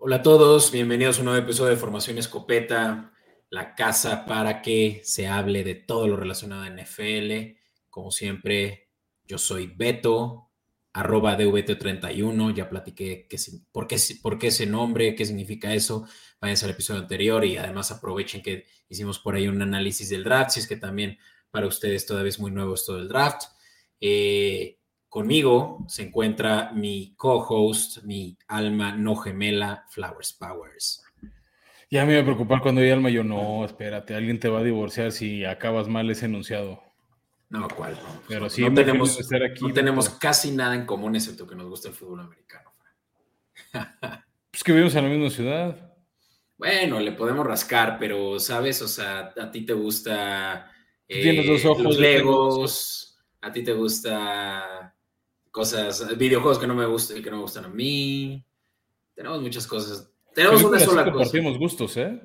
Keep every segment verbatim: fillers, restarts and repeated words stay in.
Hola a todos, bienvenidos a un nuevo episodio de Formación Escopeta, la casa para que se hable de todo lo relacionado a N F L. Como siempre, yo soy Beto, arroba D V T treinta y uno, ya platiqué qué, por, qué, por qué ese nombre, qué significa eso, váyanse al episodio anterior y además aprovechen que hicimos por ahí un análisis del draft, si es que también para ustedes todavía es muy nuevo esto del draft. Eh, Conmigo se encuentra mi co-host, mi alma no gemela, Flowers Powers. Ya me iba a preocupar cuando oí Alma. Yo, no, espérate, alguien te va a divorciar si acabas mal ese enunciado. No, ¿cuál? No, pues Pero no, sí, no muy feliz de tenemos, estar aquí, no tenemos Beto. casi nada en común excepto que nos gusta el fútbol americano. Pues que vivimos en la misma ciudad. Bueno, le podemos rascar, pero, ¿sabes? O sea, a ti te gusta Tú tienes dos eh, ojos, los yo tengo dos ojos. Legos, a ti te gusta cosas, videojuegos que no me gustan, que no me gustan a mí. Tenemos muchas cosas. Tenemos una Películas sí sola cosa. compartimos gustos, ¿eh?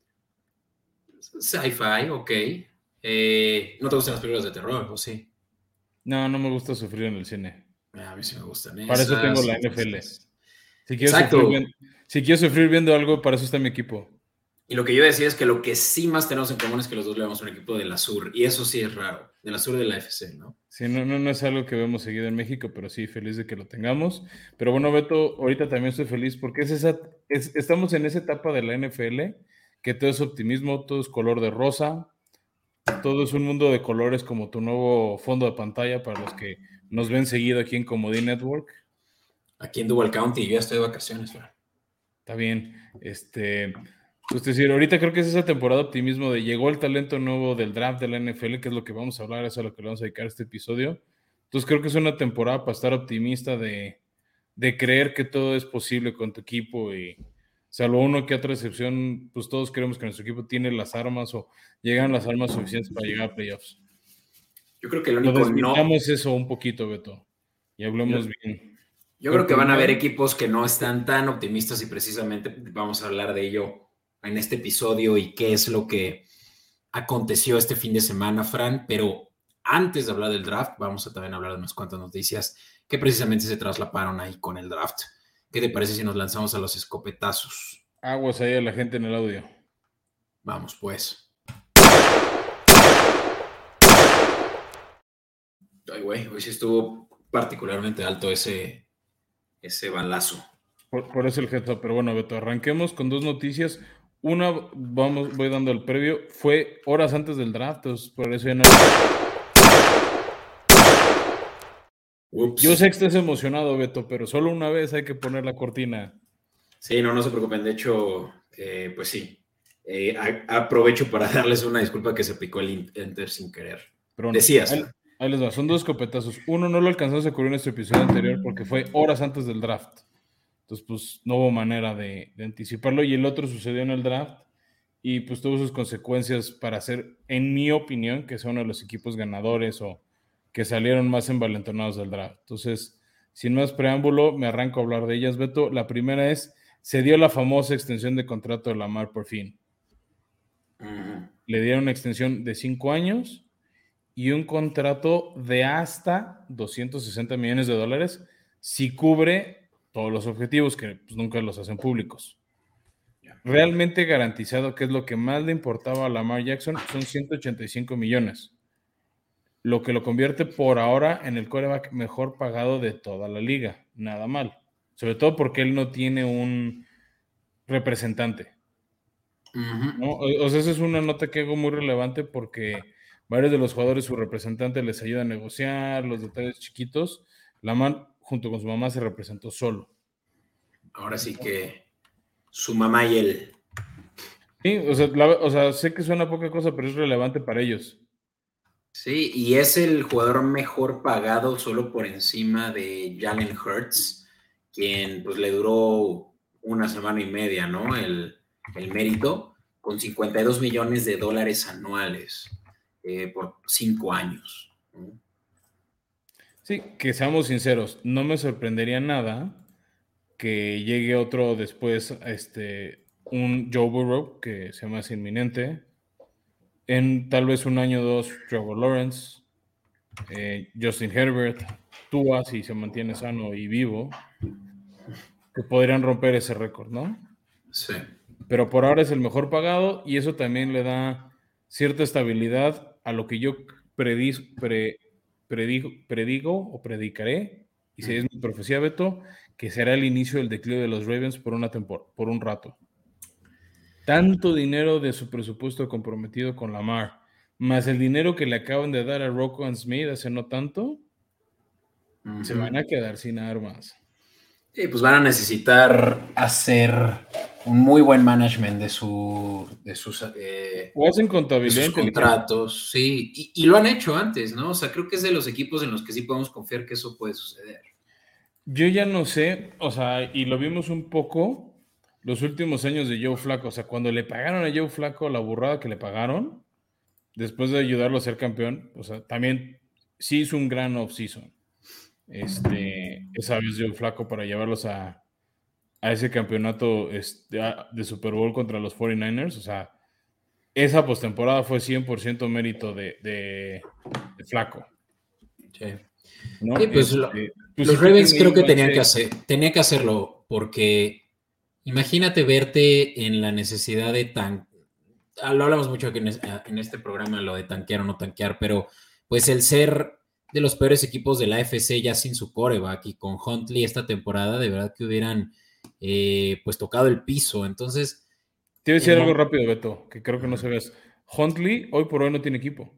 Sci-fi, ok. Eh, ¿no te gustan las películas de terror, o sí? No, no me gusta sufrir en el cine. A mí sí me gustan Para eso tengo esas, la N F L. entonces. Si quiero sufrir Exacto. bien, si quiero sufrir viendo algo, para eso está mi equipo. Y lo que yo decía es que lo que sí más tenemos en común es que los dos le vamos a un equipo de la Sur, y eso sí es raro, de la Sur de la F C, ¿no? Sí, no, no, no es algo que vemos seguido en México, pero sí, feliz de que lo tengamos. Pero bueno, Beto, ahorita también estoy feliz porque es esa, es, estamos en esa etapa de la N F L que todo es optimismo, todo es color de rosa, todo es un mundo de colores como tu nuevo fondo de pantalla para los que nos ven seguido aquí en Comedy Network. Aquí en Duval County, yo ya estoy de vacaciones, ¿verdad? Está bien. Este, pues decir, ahorita creo que es esa temporada de optimismo de llegó el talento nuevo del draft de la N F L, que es lo que vamos a hablar, eso es a lo que le vamos a dedicar este episodio. Entonces creo que es una temporada para estar optimista de, de creer que todo es posible con tu equipo y salvo uno que otra excepción, pues todos creemos que nuestro equipo tiene las armas o llegan las armas suficientes para llegar a playoffs. Yo creo que el Pero único no. desmintamos eso un poquito, Beto, y Yo, hablemos bien. yo creo Pero que van a haber primero, equipos que no están tan optimistas y precisamente vamos a hablar de ello en este episodio y qué es lo que aconteció este fin de semana, Fran, pero antes de hablar del draft, vamos a también hablar de unas cuantas noticias que precisamente se traslaparon ahí con el draft. ¿Qué te parece si nos lanzamos a los escopetazos? aguas ahí a la gente en el audio. Vamos, pues. Ay, güey, hoy sí estuvo particularmente alto ese, ese balazo. Por, por eso el heads up, pero bueno, Beto, arranquemos con dos noticias. Una, vamos, voy dando el previo, fue horas antes del draft, entonces por eso ya no... Ups. Yo sé que estás emocionado, Beto, pero solo una vez hay que poner la cortina. Sí, no, no se preocupen. De hecho, eh, pues sí. Eh, a, aprovecho para darles una disculpa que se picó el enter sin querer. Pero bueno, Decías, ahí, Fran. ahí les va, son dos escopetazos. Uno no lo alcanzamos a cubrir en este episodio anterior porque fue horas antes del draft. Entonces, pues no hubo manera de, de anticiparlo. Y el otro sucedió en el draft y pues tuvo sus consecuencias para ser, en mi opinión, que sea uno de los equipos ganadores o que salieron más envalentonados del draft. Entonces, sin más preámbulo, me arranco a hablar de ellas, Beto. La primera es, se dio la famosa extensión de contrato de Lamar por fin. Uh-huh. Le dieron una extensión de cinco años y un contrato de hasta doscientos sesenta millones de dólares si cubre todos los objetivos que pues, nunca los hacen públicos. Realmente garantizado, que es lo que más le importaba a Lamar Jackson, son ciento ochenta y cinco millones, lo que lo convierte por ahora en el quarterback mejor pagado de toda la liga. Nada mal, sobre todo porque él no tiene un representante, Uh-huh. ¿no? O, o sea, esa es una nota que hago muy relevante porque varios de los jugadores, su representante les ayuda a negociar los detalles chiquitos. Lamar, junto con su mamá, se representó solo. Ahora sí que su mamá y él. Sí, o sea, la, o sea, sé que suena poca cosa, pero es relevante para ellos. Sí, y es el jugador mejor pagado solo por encima de Jalen Hurts, quien pues le duró una semana y media, ¿no? El, el mérito, con cincuenta y dos millones de dólares anuales eh, por cinco años, ¿no? Sí, que seamos sinceros, no me sorprendería nada que llegue otro después, este, un Joe Burrow, que se me hace inminente, en tal vez un año o dos, Trevor Lawrence, eh, Justin Herbert, Tua, si se mantiene sano y vivo, que podrían romper ese récord, ¿no? Sí. Pero por ahora es el mejor pagado y eso también le da cierta estabilidad a lo que yo prediz, pre, predigo, predigo o predicaré, y si es mi profecía, Beto, que será el inicio del declive de los Ravens por una tempor- por un rato. Tanto dinero de su presupuesto comprometido con Lamar, más el dinero que le acaban de dar a Roquan Smith hace no tanto, Uh-huh. se van a quedar sin armas. Sí, pues van a necesitar hacer un muy buen management de, su, de sus, eh, O hacen de contabilidad sus inteligente. contratos, sí, y, y lo han hecho antes, ¿no? O sea, creo que es de los equipos en los que sí podemos confiar que eso puede suceder. Yo ya no sé, o sea, y lo vimos un poco los últimos años de Joe Flacco, o sea, cuando le pagaron a Joe Flacco la burrada que le pagaron, después de ayudarlo a ser campeón, o sea, también sí hizo un gran off-season. Este, esa vez Joe Flacco para llevarlos a, a ese campeonato este, a- de Super Bowl contra los cuarenta y nueve ers, o sea, esa postemporada fue cien por ciento mérito de, de, de Flacco, Sí, ¿no? sí pues lo, Este, pues los sí tienen Ravens ahí creo un que tenían que bache. hacer, tenía que hacerlo, porque imagínate verte en la necesidad de tan, lo hablamos mucho aquí en, en este programa, lo de tanquear o no tanquear, pero pues el ser de los peores equipos de la A F C ya sin su quarterback y con Huntley esta temporada, de verdad que hubieran eh, pues tocado el piso. Entonces, Te voy a decir el algo mom- rápido, Beto, que creo que no sabes. Huntley hoy por hoy no tiene equipo.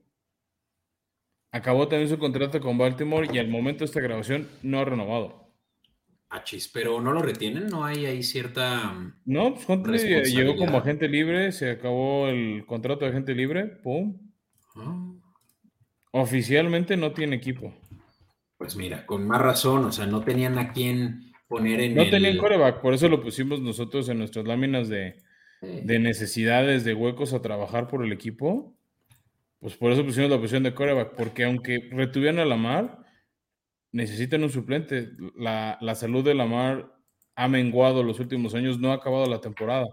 Acabó también su contrato con Baltimore y al momento de esta grabación no ha renovado. achis, pero no lo retienen, no hay ahí cierta um, No, pues Huntley eh, llegó como responsabilidad. agente libre, se acabó el contrato de agente libre, pum. Oh, Oficialmente no tiene equipo. pues mira, con más razón, o sea, no tenían a quién poner en No tenían el... quarterback, por eso lo pusimos nosotros en nuestras láminas de, eh, de necesidades, de huecos a trabajar por el equipo. Pues por eso pusimos la posición de quarterback, porque aunque retuvieran a Lamar, necesitan un suplente. La, la salud de Lamar ha menguado los últimos años, no ha acabado la temporada.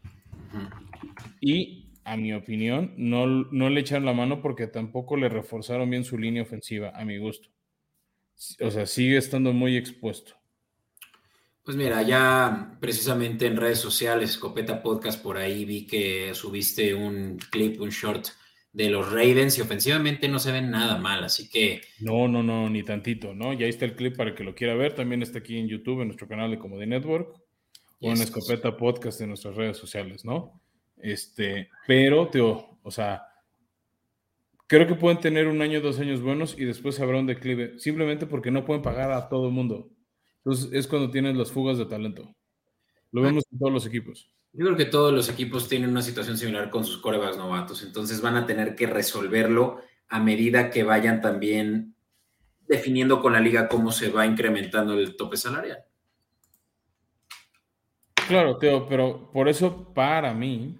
Y, a mi opinión, no, no le echaron la mano porque tampoco le reforzaron bien su línea ofensiva, a mi gusto. O sea, sigue estando muy expuesto. Pues mira, ya precisamente en redes sociales, Escopeta Podcast, por ahí vi que subiste un clip, un short de los Ravens y ofensivamente no se ven nada mal, así que No, no, no, ni tantito, ¿no? Ya está el clip para que lo quiera ver. También está aquí en YouTube, en nuestro canal de Comedy Network, o en yes. Escopeta Podcast en nuestras redes sociales, ¿no? Este, pero, Teo, o sea, creo que pueden tener un año, dos años buenos y después habrá un declive, simplemente porque no pueden pagar a todo el mundo. Entonces es cuando tienes las fugas de talento. Lo Ah, vemos en todos los equipos. yo creo que todos los equipos tienen una situación similar con sus corebacks novatos, entonces van a tener que resolverlo a medida que vayan también definiendo con la liga cómo se va incrementando el tope salarial. Claro, Teo, pero por eso para mí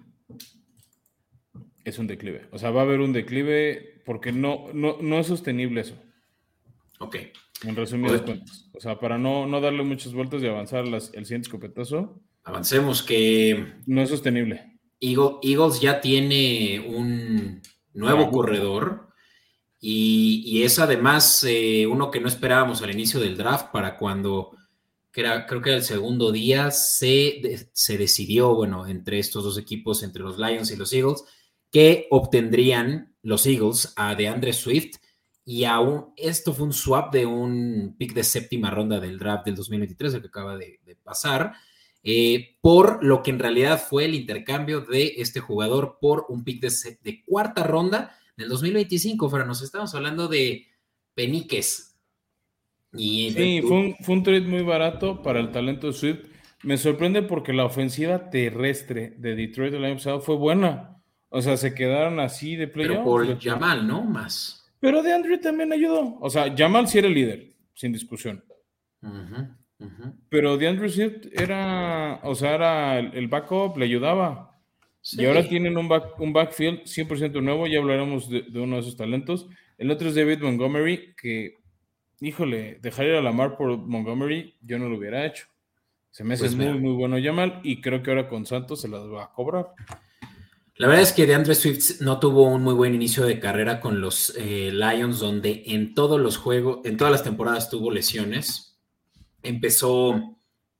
es un declive. O sea, va a haber un declive porque no, no, no es sostenible eso, Ok. en resumidas Pues, cuentas. O sea, para no, no darle muchas vueltas y avanzar las, el siguiente escopetazo, avancemos que no es sostenible. Eagles ya tiene un nuevo Trabuco. corredor y, y es además eh, uno que no esperábamos al inicio del draft para cuando, que era, creo que era el segundo día, se, se decidió, bueno, entre estos dos equipos, entre los Lions y los Eagles, que obtendrían los Eagles a DeAndre Swift y aún esto fue un swap de un pick de séptima ronda del draft del dos mil veintitrés, el que acaba de, de pasar, eh, por lo que en realidad fue el intercambio de este jugador por un pick de, de cuarta ronda del dos mil veinticinco. Pero nos estamos hablando de peniques. Y Sí, fue un, fue un trade muy barato para el talento de Swift. Me sorprende porque la ofensiva terrestre de Detroit el año pasado fue buena. O sea, se quedaron así de pero playoffs. por Jamal, ¿no? Más. Pero de Andrew también ayudó. O sea, Jamal sí era el líder, sin discusión. Uh-huh, uh-huh. Pero de Andrew Swift era, o sea, era el, el backup, le ayudaba. Y ahora Sí. tienen un, back, un backfield cien por ciento nuevo, ya hablaremos de, de uno de esos talentos. El otro es David Montgomery, que, híjole, dejar ir a Lamar por Montgomery, yo no lo hubiera hecho. Se me hace Pues muy, mira, muy bueno Jamal y creo que ahora con Santos se las va a cobrar. la verdad es que DeAndre Swift no tuvo un muy buen inicio de carrera con los eh, Lions, donde en todos los juegos, en todas las temporadas tuvo lesiones. Empezó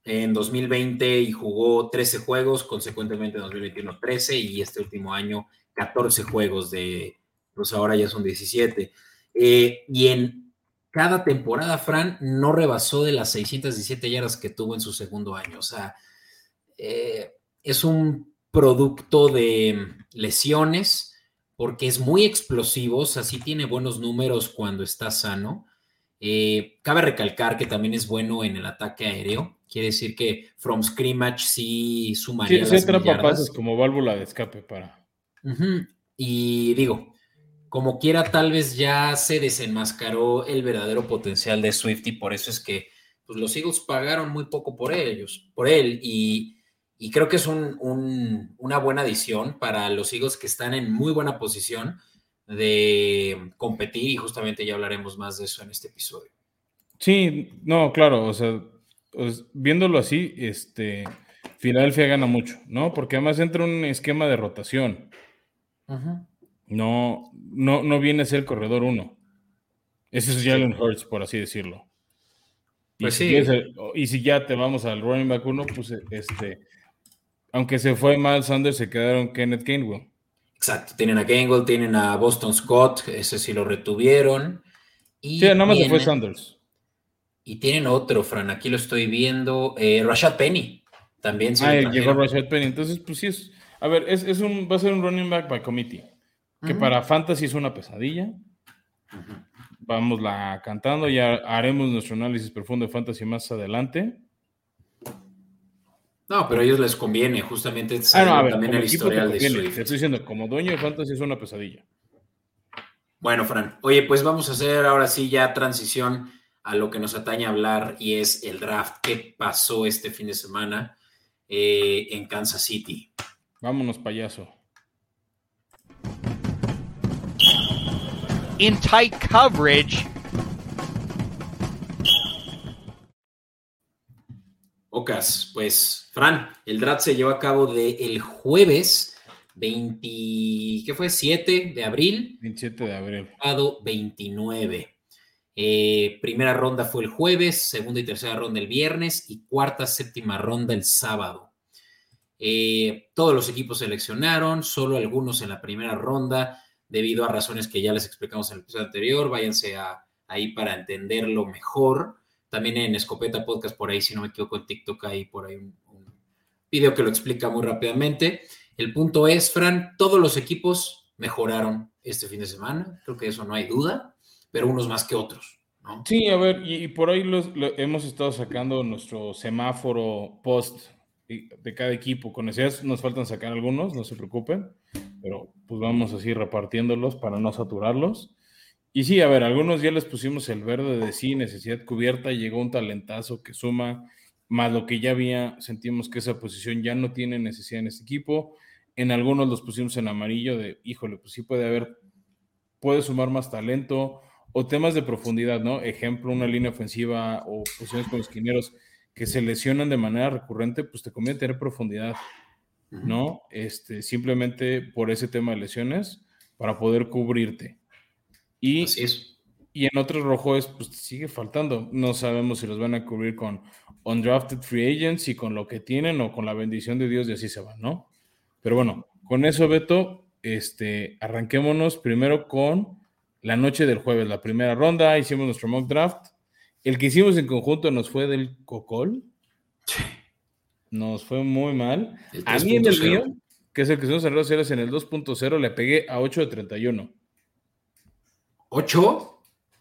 en dos mil veinte y jugó trece juegos, consecuentemente en dos mil veintiuno trece y este último año catorce juegos de, pues ahora ya son diecisiete. Eh, y en cada temporada, Fran, no rebasó de las seiscientas diecisiete yardas que tuvo en su segundo año. O sea, eh, es un producto de lesiones porque es muy explosivo, o sea, sí tiene buenos números cuando está sano. Eh, cabe recalcar que también es bueno en el ataque aéreo. Quiere decir que from scrimmage sí Sí, sumaría sí las mil atrapa pases yardas. como válvula de escape para. Uh-huh. Y digo, como quiera, tal vez ya se desenmascaró el verdadero potencial de Swift y por eso es que pues, los Eagles pagaron muy poco por ellos, por él. Y, y creo que es un, un, una buena adición para los Eagles que están en muy buena posición de competir y justamente ya hablaremos más de eso en este episodio. Sí, no, claro, o sea, pues, viéndolo así, este, Filadelfia gana mucho, ¿no? Porque además entra un esquema de rotación. Uh-huh. No, no, no viene a ser el corredor uno. Ese es Sí. Jalen Hurts, por así decirlo. Y Pues si quieres, sí. y si ya te vamos al running back uno, pues este, aunque se fue Miles Sanders, se quedaron Kenneth Gainwell. Exacto. Tienen a Gainwell, tienen a Boston Scott, ese sí lo retuvieron. Sí, Y nada más se fue tienen, Sanders. y tienen otro, Fran, aquí lo estoy viendo. Eh, Rashad Penny, también se Ah, lo llegó trajeron. Rashad Penny. Entonces, pues sí es. A ver, es, es un, va a ser un running back by committee. Que Uh-huh. para Fantasy es una pesadilla. Uh-huh. Vamos la cantando. Ya haremos nuestro análisis profundo de Fantasy más adelante. No, pero a ellos les conviene, justamente Ah, no, a sabiendo ver, también como el equipo te historial de conviene. Swift. Te estoy diciendo, como dueño de Fantasy es una pesadilla. Bueno, Fran, oye, pues vamos a hacer ahora sí ya transición a lo que nos atañe a hablar y es el draft. ¿Qué pasó este fin de semana eh, en Kansas City? Vámonos, payaso. In tight coverage. Ocas, pues, Fran, el draft se llevó a cabo de el jueves veinte, ¿qué fue? siete de abril. veintisiete de abril. veintinueve. Eh, primera ronda fue el jueves, segunda y tercera ronda el viernes y cuarta, séptima ronda el sábado. Eh, todos los equipos seleccionaron, solo algunos en la primera ronda, debido a razones que ya les explicamos en el episodio anterior. Váyanse a, ahí para entenderlo mejor. También en Escopeta Podcast, por ahí, si no me equivoco, en TikTok, hay por ahí un, un video que lo explica muy rápidamente. El punto es, Fran, todos los equipos mejoraron este fin de semana, creo que eso no hay duda, pero unos más que otros, ¿no? Sí, a ver, y, y por ahí los, lo, hemos estado sacando nuestro semáforo post de cada equipo. Con necesidades nos faltan sacar algunos, no se preocupen, pero pues vamos así repartiéndolos para no saturarlos. Y sí, a ver, algunos ya les pusimos el verde de sí, necesidad cubierta, llegó un talentazo que suma, más lo que ya había, sentimos que esa posición ya no tiene necesidad en este equipo. En algunos los pusimos en amarillo de, híjole, pues sí puede haber, puede sumar más talento, o temas de profundidad, ¿no? Ejemplo, una línea ofensiva o posiciones con esquineros que se lesionan de manera recurrente, pues te conviene tener profundidad, ¿no? Este, simplemente por ese tema de lesiones, para poder cubrirte. Y, Así es. Y en otros rojos, pues sigue faltando. No sabemos si los van a cubrir con undrafted free agents y con lo que tienen o con la bendición de Dios y así se van, ¿no? Pero bueno, con eso, Beto, este, arranquémonos primero con la noche del jueves, la primera ronda, hicimos nuestro mock draft. El que hicimos en conjunto nos fue del cocol. Nos fue muy mal. A mí en el mío, que es el que hicimos en redes sociales en el dos punto cero, le pegué a ocho de treinta y uno. ¿ocho?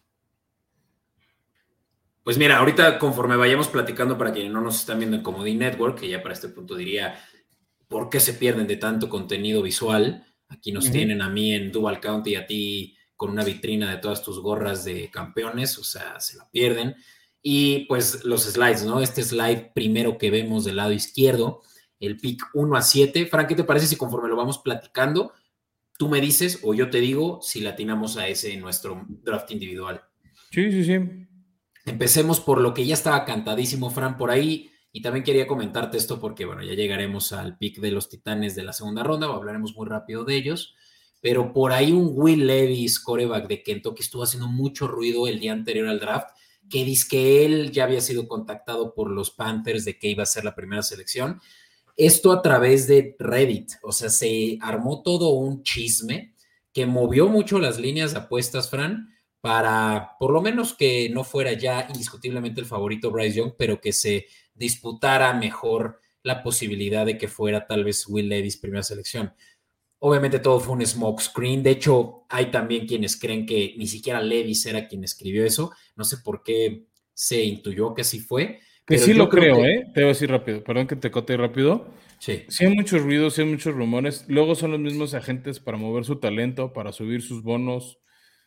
Pues mira, ahorita conforme vayamos platicando para quienes no nos están viendo en Comodín Network, que ya para este punto diría, ¿por qué se pierden de tanto contenido visual? Aquí nos uh-huh. tienen a mí en Duval County y a ti con una vitrina de todas tus gorras de campeones, o sea, se la pierden. Y pues los slides, ¿no? Este slide primero que vemos del lado izquierdo, el pick uno a siete. Frank, ¿qué te parece si conforme lo vamos platicando, tú me dices o yo te digo si latinamos a ese en nuestro draft individual? Sí, sí, sí. Empecemos por lo que ya estaba cantadísimo, Fran, por ahí. Y también quería comentarte esto porque, bueno, ya llegaremos al pick de los Titanes de la segunda ronda, o hablaremos muy rápido de ellos. Pero por ahí un Will Levis, quarterback de Kentucky, estuvo haciendo mucho ruido el día anterior al draft, que dice que él ya había sido contactado por los Panthers de que iba a ser la primera selección. Esto a través de Reddit, o sea, se armó todo un chisme que movió mucho las líneas de apuestas, Fran, para por lo menos que no fuera ya indiscutiblemente el favorito Bryce Young, pero que se disputara mejor la posibilidad de que fuera tal vez Will Levis primera selección. Obviamente todo fue un smoke screen. De hecho, hay también quienes creen que ni siquiera Levis era quien escribió eso. No sé por qué se intuyó que así fue. Que pero sí yo lo creo, que... ¿eh? Te voy a decir rápido. Perdón que te cote rápido. Sí. Sí hay muchos ruidos, sí hay muchos rumores. Luego son los mismos agentes para mover su talento, para subir sus bonos.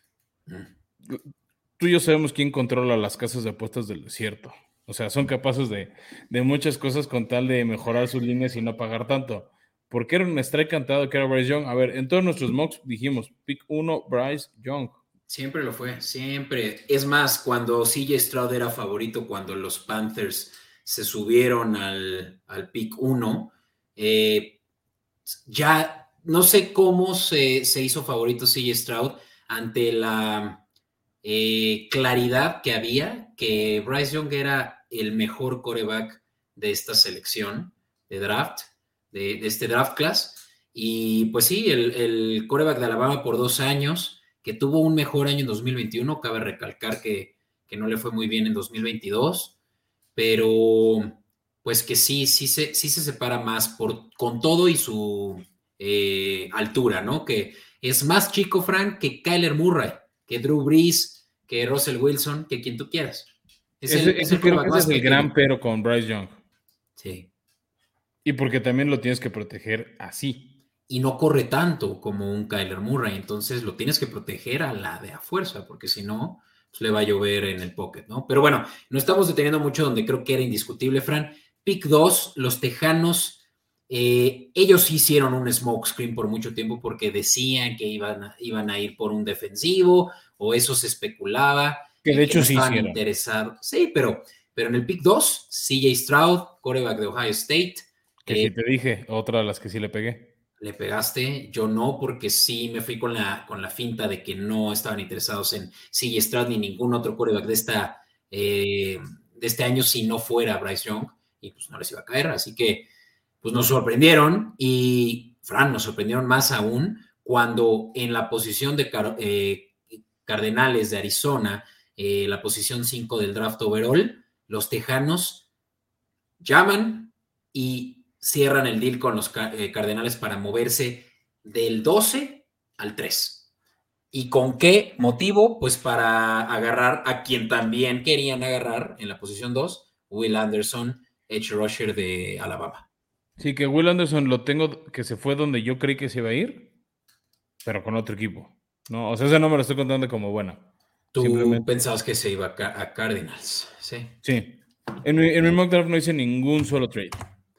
Mm. Tú y yo sabemos quién controla las casas de apuestas del desierto. O sea, son capaces de, de muchas cosas con tal de mejorar sus líneas y no pagar tanto. Porque era un strike cantado que era Bryce Young. A ver, en todos nuestros mocks dijimos, pick uno, Bryce Young. Siempre lo fue, siempre. Es más, cuando C J Stroud era favorito, cuando los Panthers se subieron al, al pick uno, eh, ya no sé cómo se, se hizo favorito C J Stroud ante la eh, claridad que había que Bryce Young era el mejor quarterback de esta selección de draft, de, de este draft class. Y pues sí, el, el quarterback de Alabama por dos años, que tuvo un mejor año en dos mil veintiuno, cabe recalcar que, que no le fue muy bien en dos mil veintidós, pero pues que sí, sí se, sí se separa más por, con todo y su eh, altura, ¿no? Que es más chico, Frank, que Kyler Murray, que Drew Brees, que Russell Wilson, que quien tú quieras. Es ese, el, es ese el creo que quarterback ese más es el pequeño. gran pero con Bryce Young. Sí. Y porque también lo tienes que proteger así. Y no corre tanto como un Kyler Murray, entonces lo tienes que proteger a la de a fuerza, porque si no, pues le va a llover en el pocket, ¿no? Pero bueno, no estamos deteniendo mucho donde creo que era indiscutible, Fran. Pick dos, los Tejanos, eh, ellos sí hicieron un smoke screen por mucho tiempo porque decían que iban a, iban a ir por un defensivo, o eso se especulaba, Que de y hecho que no sí estaban hicieron. interesados. Sí, pero, pero en el pick dos, C J Stroud, quarterback de Ohio State. Que eh, sí te dije, otra de las que sí le pegué. Le pegaste, yo no, porque sí me fui con la, con la finta de que no estaban interesados en C J Stroud ni ningún otro quarterback de, esta, eh, de este año si no fuera Bryce Young, y pues no les iba a caer, así que pues nos sorprendieron, y Fran, nos sorprendieron más aún cuando en la posición de Car eh, Cardenales de Arizona, eh, la posición cinco del draft overall, los Tejanos llaman y cierran el deal con los eh, Cardenales para moverse del doce al tres. ¿Y con qué motivo? Pues para agarrar a quien también querían agarrar en la posición dos, Will Anderson, edge rusher de Alabama. Sí, que Will Anderson lo tengo, que se fue donde yo creí que se iba a ir, pero con otro equipo. No, o sea, ese no me lo estoy contando como buena. Tú Simplemente. pensabas que se iba a, a Cardinals, ¿sí? Sí. En mi, en mi mock draft no hice ningún solo trade.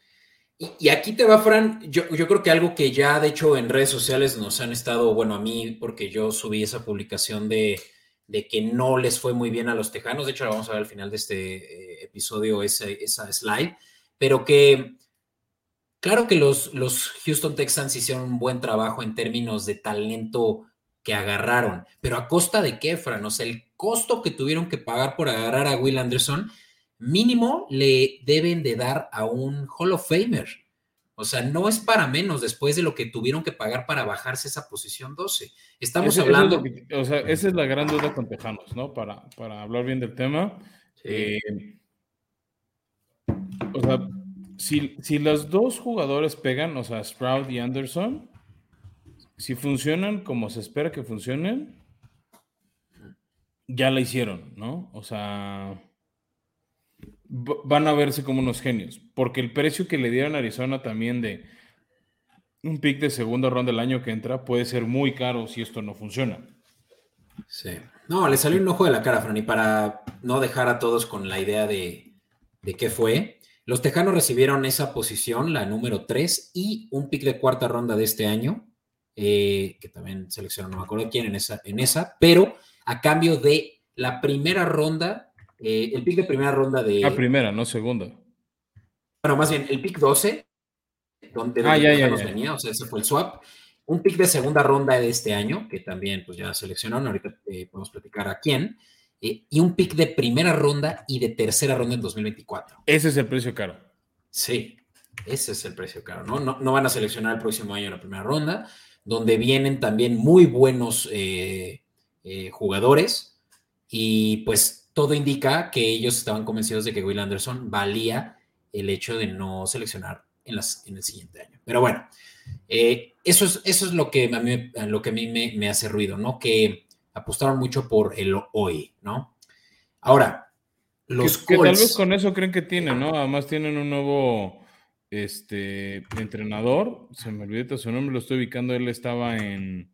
Y, y aquí te va, Fran, yo, yo creo que algo que ya de hecho en redes sociales nos han estado, bueno, a mí, porque yo subí esa publicación de, de que no les fue muy bien a los Tejanos, de hecho la vamos a ver al final de este eh, episodio, esa, esa slide, pero que claro que los, los Houston Texans hicieron un buen trabajo en términos de talento que agarraron, pero ¿a costa de qué, Fran? O sea, el costo que tuvieron que pagar por agarrar a Will Anderson, mínimo le deben de dar a un Hall of Famer. O sea, no es para menos después de lo que tuvieron que pagar para bajarse esa posición doce. Estamos Ese- ese es hablando... lo que- o sea, esa es la gran duda con Tejanos, ¿no? Para, para hablar bien del tema. Sí. Eh, o sea, si, si los dos jugadores pegan, o sea, Sprout y Anderson, si funcionan como se espera que funcionen, ya la hicieron, ¿no? O sea, v- van a verse como unos genios, porque el precio que le dieron a Arizona también de un pick de segunda ronda del año que entra puede ser muy caro si esto no funciona. Sí. No, le salió un ojo de la cara, Fran, y para no dejar a todos con la idea de, de qué fue, los Tejanos recibieron esa posición, la número tres, y un pick de cuarta ronda de este año, eh, que también seleccionó, no me acuerdo quién en esa, en esa, pero a cambio de la primera ronda, eh, el pick de primera ronda de... La primera, no segunda. Bueno, más bien, el pick doce, donde, Ah, donde ya, ya, Tejanos ya. venía, o sea, ese fue el swap. Un pick de segunda ronda de este año, que también pues ya seleccionaron, ahorita eh, podemos platicar a quién. eh, y un pick de primera ronda y de tercera ronda en dos mil veinticuatro. Ese es el precio caro. Sí, ese es el precio caro, ¿no? No, no van a seleccionar el próximo año en la primera ronda, donde vienen también muy buenos eh, eh, jugadores, y pues todo indica que ellos estaban convencidos de que Will Anderson valía el hecho de no seleccionar en, las, en el siguiente año. Pero bueno, eh, eso, es, eso es lo que a mí, lo que a mí me, me hace ruido, ¿no? Que apostaron mucho por el hoy, ¿no? Ahora, los que, Colts... que tal vez con eso creen que tienen, ¿no? Además tienen un nuevo este, entrenador, se me olvidó su nombre, lo estoy ubicando, él estaba en...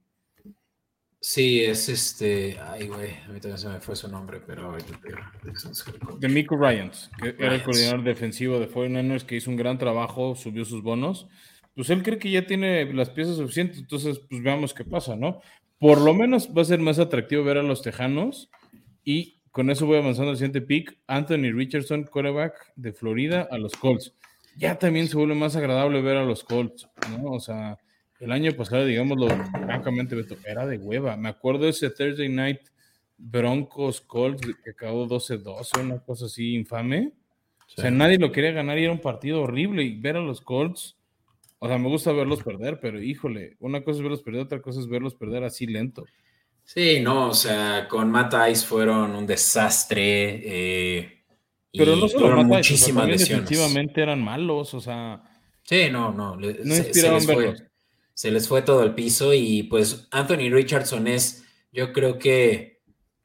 Sí, es este... Ay, güey, a mí también se me fue su nombre, pero ahorita te digo. De Mico Ryans, que Ryans. era el coordinador defensivo de cuarenta y nueve, que hizo un gran trabajo, subió sus bonos. Pues él cree que ya tiene las piezas suficientes, entonces pues veamos qué pasa, ¿no? Por lo menos va a ser más atractivo ver a los Tejanos, y con eso voy avanzando al siguiente pick. Anthony Richardson, quarterback de Florida, a los Colts. Ya también se vuelve más agradable ver a los Colts, ¿no? O sea, el año pasado, digámoslo francamente, Beto, era de hueva. Me acuerdo de ese Thursday Night Broncos Colts que acabó doce doce, una cosa así infame. Sí. O sea, nadie lo quería ganar y era un partido horrible. Y ver a los Colts, o sea, me gusta verlos perder, pero híjole, una cosa es verlos perder, otra cosa es verlos perder así lento. Sí, no, o sea, con Matt Ice fueron un desastre. Eh, pero y no solo tuvieron Matt Ice, muchísimas o sea, también lesiones. defensivamente eran malos, o sea. Sí, no, no. Le, no se, inspiraban se les verlos. Fue, se les fue todo el piso, y pues Anthony Richardson es, yo creo que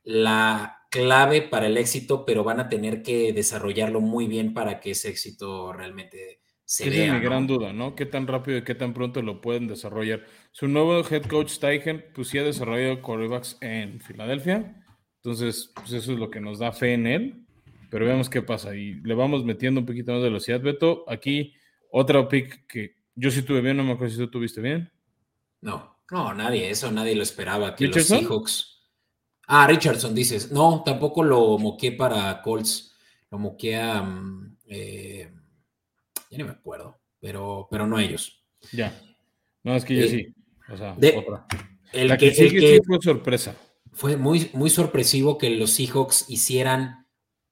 la clave para el éxito, pero van a tener que desarrollarlo muy bien para que ese éxito realmente se Esa vea, es mi ¿no? gran duda, ¿no? ¿Qué tan rápido y qué tan pronto lo pueden desarrollar? Su nuevo head coach, Steichen, pues sí ha desarrollado quarterbacks en Filadelfia. Entonces, pues eso es lo que nos da fe en él. Pero veamos qué pasa. Y le vamos metiendo un poquito más de velocidad, Beto. Aquí, otro pick que yo sí tuve bien, no me acuerdo si tú tuviste bien. No, no, nadie, eso nadie lo esperaba. Que ¿Richardson? los Seahawks... Ah, Richardson, dices. No, tampoco lo moqué para Colts. Lo moqué a... Um, eh, ya no me acuerdo, pero, pero no ellos. Ya. No, es que yo eh, sí. O sea, de, otra. El La que, que sigue el que sí fue sorpresa. Fue muy, muy sorpresivo que los Seahawks hicieran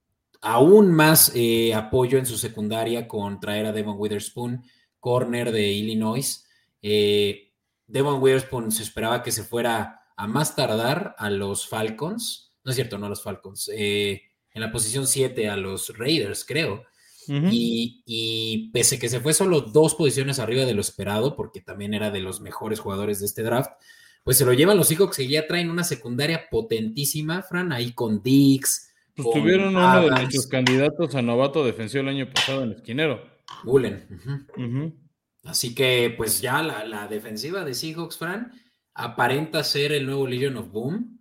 aún más eh, apoyo en su secundaria con traer a Devon Witherspoon, corner de Illinois. Eh, Devon Witherspoon se esperaba que se fuera a más tardar a los Falcons. No es cierto, no a los Falcons. Eh, en la posición siete a los Raiders, creo. Uh-huh. Y, y pese que se fue solo dos posiciones arriba de lo esperado, porque también era de los mejores jugadores de este draft, pues se lo llevan los Seahawks, que ya traen una secundaria potentísima, Fran, ahí con Diggs. Pues con tuvieron uno Adams, de nuestros candidatos a novato defensivo el año pasado en el esquinero. Bullen. Uh-huh. Uh-huh. Así que, pues ya la, la defensiva de Seahawks, Fran, aparenta ser el nuevo Legion of Boom,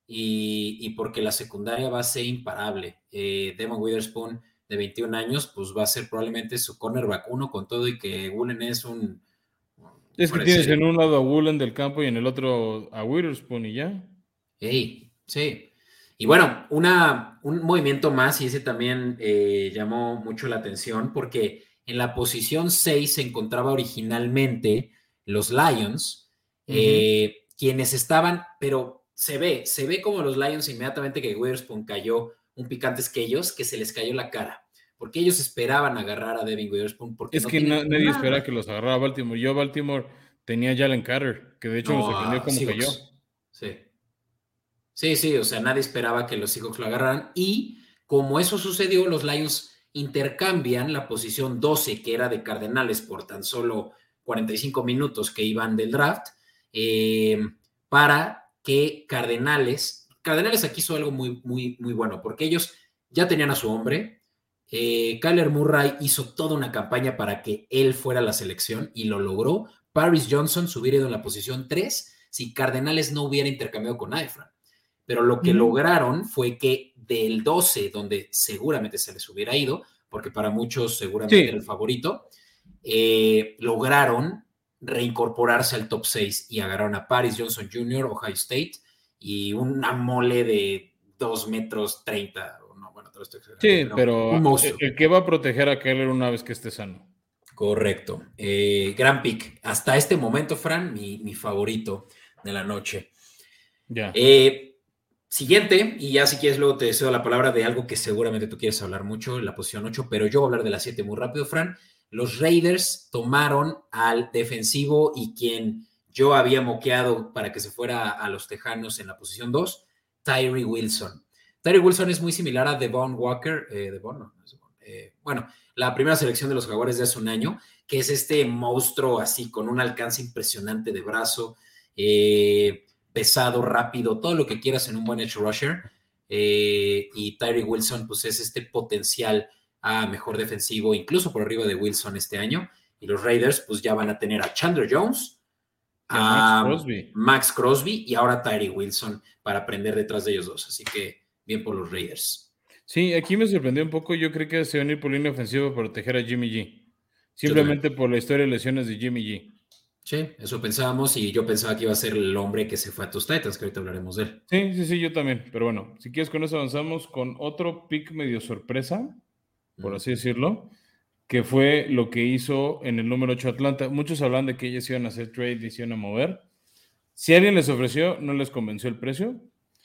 y, y porque la secundaria va a ser imparable. Eh, Devon Witherspoon, de veintiún años, pues va a ser probablemente su cornerback uno, con todo y que Bullen es un... Es que tienes en un lado a Woolen del campo y en el otro a Witherspoon y ya. Hey, sí. Y bueno, una, un movimiento más, y ese también eh, llamó mucho la atención, porque en la posición seis se encontraba originalmente los Lions, uh-huh. eh, quienes estaban, pero se ve, se ve como los Lions inmediatamente que Witherspoon cayó un pick antes que ellos, que se les cayó la cara. Porque ellos esperaban agarrar a Devin Witherspoon. Porque es no que no, nadie esperaba que los agarrara Baltimore. Yo Baltimore tenía a Jalen Carter, que de hecho no, me sorprendió cómo Seahawks. Cayó. Sí. Sí, sí, o sea, nadie esperaba que los Seahawks lo agarraran. Y como eso sucedió, los Lions intercambian la posición doce, que era de Cardenales, por tan solo cuarenta y cinco minutos que iban del draft, eh, para que Cardenales... Cardenales aquí hizo algo muy, muy, muy bueno, porque ellos ya tenían a su hombre. Eh, Kyler Murray hizo toda una campaña para que él fuera la selección y lo logró. Paris Johnson se hubiera ido en la posición tres si Cardenales no hubiera intercambiado con Efron. Pero lo que mm. lograron fue que del doce, donde seguramente se les hubiera ido, porque para muchos seguramente sí. era el favorito, eh, lograron reincorporarse al top seis y agarraron a Paris Johnson junior, Ohio State, y una mole de dos metros treinta. No, bueno, todo esto sí, pero, pero un monstruo. El que va a proteger a Keller una vez que esté sano. Correcto. Eh, gran pick. Hasta este momento, Fran, mi, mi favorito de la noche. Ya. Eh, Siguiente, y ya si quieres luego te deseo la palabra de algo que seguramente tú quieres hablar mucho, la posición ocho, pero yo voy a hablar de la siete muy rápido, Fran. Los Raiders tomaron al defensivo y quien yo había moqueado para que se fuera a los Tejanos en la posición dos, Tyree Wilson. Tyree Wilson es muy similar a Devon Walker, eh, Devon, no, no es Devon, eh, bueno, la primera selección de los Jaguares de hace un año, que es este monstruo así con un alcance impresionante de brazo, eh, pesado, rápido, todo lo que quieras en un buen edge rusher. Eh, y Tyree Wilson, pues es este potencial a mejor defensivo, incluso por arriba de Wilson este año. Y los Raiders, pues ya van a tener a Chandler Jones, a Max a Crosby. Max Crosby y ahora Tyree Wilson para aprender detrás de ellos dos. Así que bien por los Raiders. Sí, aquí me sorprendió un poco. Yo creí que se iban a ir por línea ofensiva para proteger a Jimmy G. Simplemente por la historia de lesiones de Jimmy G. Sí, eso pensábamos y yo pensaba que iba a ser el hombre que se fue a tus Titans, que ahorita hablaremos de él. Sí, sí, sí, yo también. Pero bueno, si quieres con eso avanzamos con otro pick medio sorpresa, por así decirlo, que fue lo que hizo en el número ocho Atlanta. Muchos hablan de que ellos iban a hacer trade y se iban a mover. Si alguien les ofreció, no les convenció el precio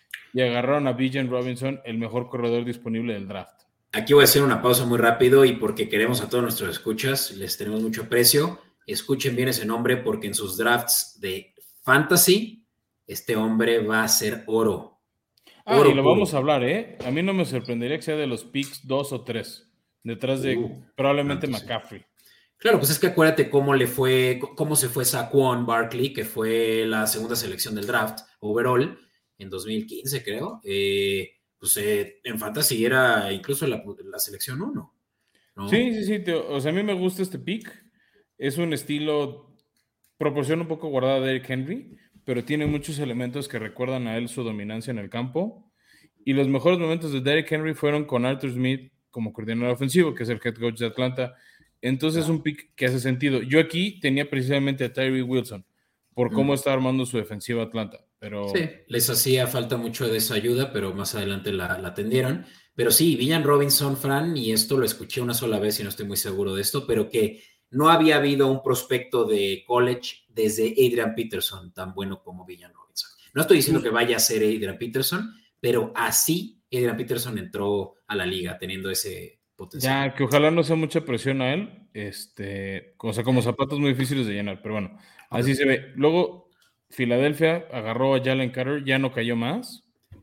y agarraron a Bijan Robinson, el mejor corredor disponible del draft. Aquí voy a hacer una pausa muy rápido y porque queremos a todos nuestros escuchas, les tenemos mucho aprecio. Escuchen bien ese nombre porque en sus drafts de fantasy, este hombre va a ser oro. Ah, oro y lo puro. vamos a hablar, ¿eh? A mí no me sorprendería que sea de los picks dos o tres, detrás de Uh, probablemente fantasy. McCaffrey. Claro, pues es que acuérdate cómo le fue, cómo se fue Saquon Barkley, que fue la segunda selección del draft overall en dos mil quince, creo. Eh, pues eh, en fantasy era incluso la, la selección uno, ¿no? Sí, sí, sí. Te, o sea, a mí me gusta este pick. Es un estilo, proporciona un poco guardada de Derrick Henry, pero tiene muchos elementos que recuerdan a él su dominancia en el campo. Y los mejores momentos de Derrick Henry fueron con Arthur Smith como coordinador ofensivo, que es el head coach de Atlanta. Entonces es un pick que hace sentido. Yo aquí tenía precisamente a Tyree Wilson, por cómo mm. está armando su defensiva Atlanta. Pero... Sí, les hacía falta mucho de esa ayuda, pero más adelante la, la atendieron. Pero sí, Bijan Robinson, Fran, y esto lo escuché una sola vez y no estoy muy seguro de esto, pero que no había habido un prospecto de college desde Adrian Peterson tan bueno como Bijan Robinson. No estoy diciendo que vaya a ser Adrian Peterson, pero así Adrian Peterson entró a la liga teniendo ese potencial. Ya, que ojalá no sea mucha presión a él, este, o sea, como zapatos muy difíciles de llenar, pero bueno, así se ve. Luego, Filadelfia agarró a Jalen Carter, ya no cayó más.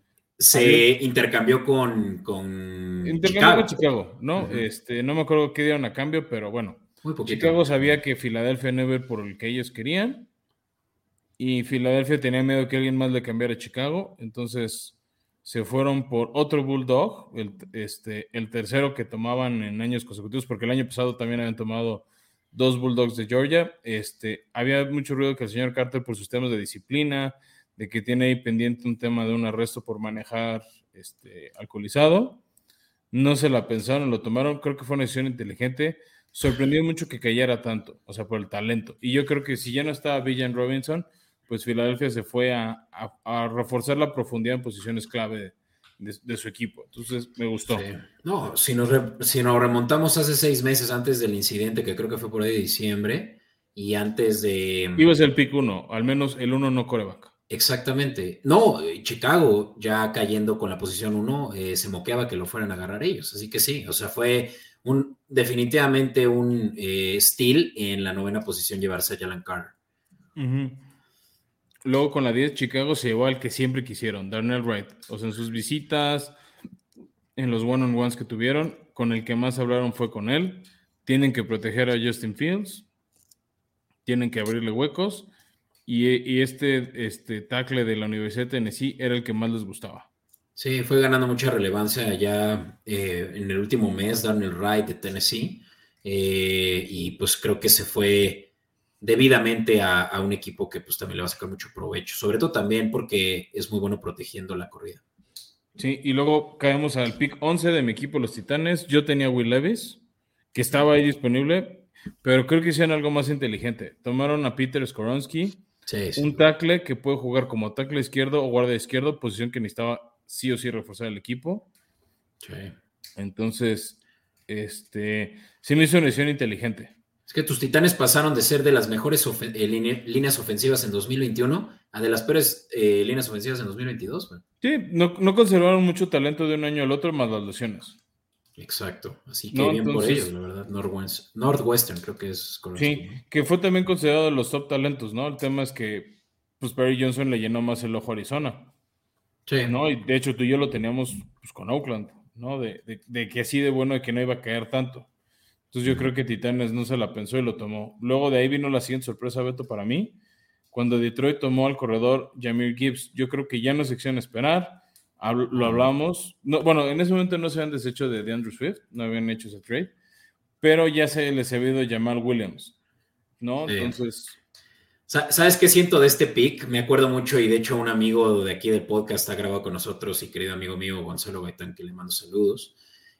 Se Había... intercambió con, con intercambió Chicago. con Chicago, ¿no? Uh-huh. Este, no me acuerdo qué dieron a cambio, pero bueno. Muy poquito. Chicago sabía que Filadelfia no iba por el que ellos querían y Filadelfia tenía miedo que alguien más le cambiara a Chicago, entonces se fueron por otro Bulldog, el, este, el tercero que tomaban en años consecutivos, porque el año pasado también habían tomado dos Bulldogs de Georgia. Este, había mucho ruido que el señor Carter, por sus temas de disciplina, de que tiene ahí pendiente un tema de un arresto por manejar este, alcoholizado, no se la pensaron, lo tomaron, creo que fue una decisión inteligente. Sorprendió mucho que cayera tanto, o sea, por el talento. Y yo creo que si ya no estaba Bijan Robinson, pues Filadelfia se fue a, a, a reforzar la profundidad en posiciones clave de, de, de su equipo. Entonces, me gustó. Sí. No, si nos, re, si nos remontamos hace seis meses antes del incidente, que creo que fue por ahí de diciembre, y antes de... Iba a ser el pick uno, al menos el uno no coreback. Exactamente. No, Chicago ya cayendo con la posición uno, eh, se moqueaba que lo fueran a agarrar ellos. Así que sí, o sea, fue un definitivamente un eh, steal en la novena posición llevarse a Jalen Carter. Uh-huh. Luego con la diez, Chicago se llevó al que siempre quisieron, Darnell Wright. O sea, en sus visitas, en los one-on-ones que tuvieron, con el que más hablaron fue con él. Tienen que proteger a Justin Fields, tienen que abrirle huecos, y, y este, este tackle de la Universidad de Tennessee era el que más les gustaba. Sí, fue ganando mucha relevancia allá eh, en el último mes, Darnell Wright de Tennessee, eh, y pues creo que se fue debidamente a, a un equipo que pues también le va a sacar mucho provecho, sobre todo también porque es muy bueno protegiendo la corrida. Sí, y luego caemos al pick once de mi equipo, los Titanes. Yo tenía a Will Levis, que estaba ahí disponible, pero creo que hicieron algo más inteligente. Tomaron a Peter Skoronski, sí, sí. un tackle que puede jugar como tackle izquierdo o guardia izquierdo, posición que necesitaba sí o sí reforzar el equipo. Sí. Entonces, este, sí me hizo una decisión inteligente. Es que tus Titanes pasaron de ser de las mejores ofen- eh, line- líneas ofensivas en dos mil veintiuno a de las peores eh, líneas ofensivas en dos mil veintidós, güey. Sí, no, no conservaron mucho talento de un año al otro más las lesiones. Exacto. Así que No, bien por ellos, entonces, la verdad. Northwest- Northwestern creo que es correcto, sí, ¿no? que fue también considerado de los top talentos, ¿no? El tema es que, pues, Perry Johnson le llenó más el ojo a Arizona, Sí. ¿no? Y de hecho tú y yo lo teníamos, pues, con Oakland, ¿no? De, de, de que así de bueno de que no iba a caer tanto. Entonces yo creo que Titanes no se la pensó y lo tomó. Luego de ahí vino la siguiente sorpresa, Beto, para mí, cuando Detroit tomó al corredor Jahmyr Gibbs. Yo creo que ya no se hicieron esperar, Habl- lo hablamos. No, bueno, en ese momento no se habían deshecho de DeAndre Swift, no habían hecho ese trade, pero ya se les había ido Jamal Williams, ¿no? Sí. Entonces, Sa- ¿Sabes qué siento de este pick? Me acuerdo mucho y de hecho un amigo de aquí del podcast está grabado con nosotros y querido amigo mío Gonzalo Gaitán, que le mando saludos.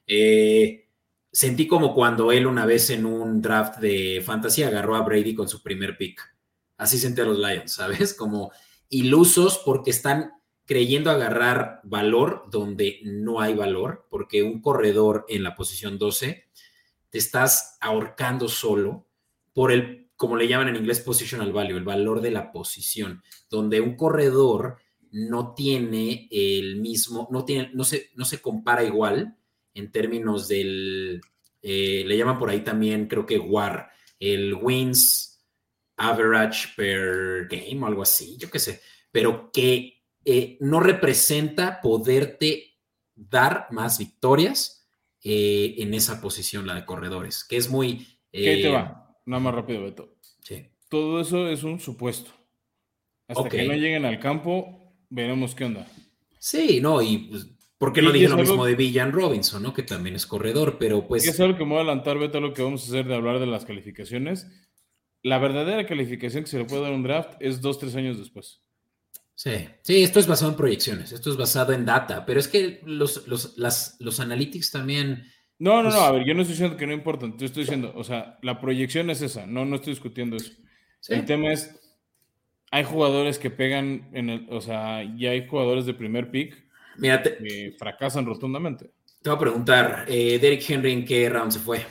Eh, sentí como cuando él una vez en un draft de fantasy agarró a Brady con su primer pick. Así sentí a los Lions, ¿sabes? Como ilusos porque están creyendo agarrar valor donde no hay valor, porque un corredor en la posición doce te estás ahorcando solo por el, como le llaman en inglés, positional value, el valor de la posición, donde un corredor no tiene el mismo, no, tiene, no, se, no se compara igual en términos del, eh, le llaman por ahí también, creo que W A R, el wins average per game o algo así, yo qué sé, pero que eh, no representa poderte dar más victorias eh, en esa posición, la de corredores, que es muy... ¿qué ahí te Eh, va? Nada más rápido, Beto. sí. Todo eso es un supuesto. Hasta Ok. que no lleguen al campo, veremos qué onda. Sí, no, y pues, ¿por qué no Y, y dije es lo mismo algo, de Villan Robinson, ¿no? Que también es corredor, pero que es pues algo que me voy a adelantar, Beto, a lo que vamos a hacer de hablar de las calificaciones. La verdadera calificación que se le puede dar a un draft es dos, tres años después. sí, sí, esto es basado en proyecciones, esto es basado en data, pero es que los, los, las, los analytics también, No, no, no, a pues, ver, yo no estoy diciendo que no importa, te estoy diciendo, o sea, la proyección es esa, no, no estoy discutiendo eso. sí. El tema es, hay jugadores que pegan en el, o sea, ya hay jugadores de primer pick Mira, te, que fracasan rotundamente. te voy a preguntar, eh, Derrick Henry, ¿en qué round se fue?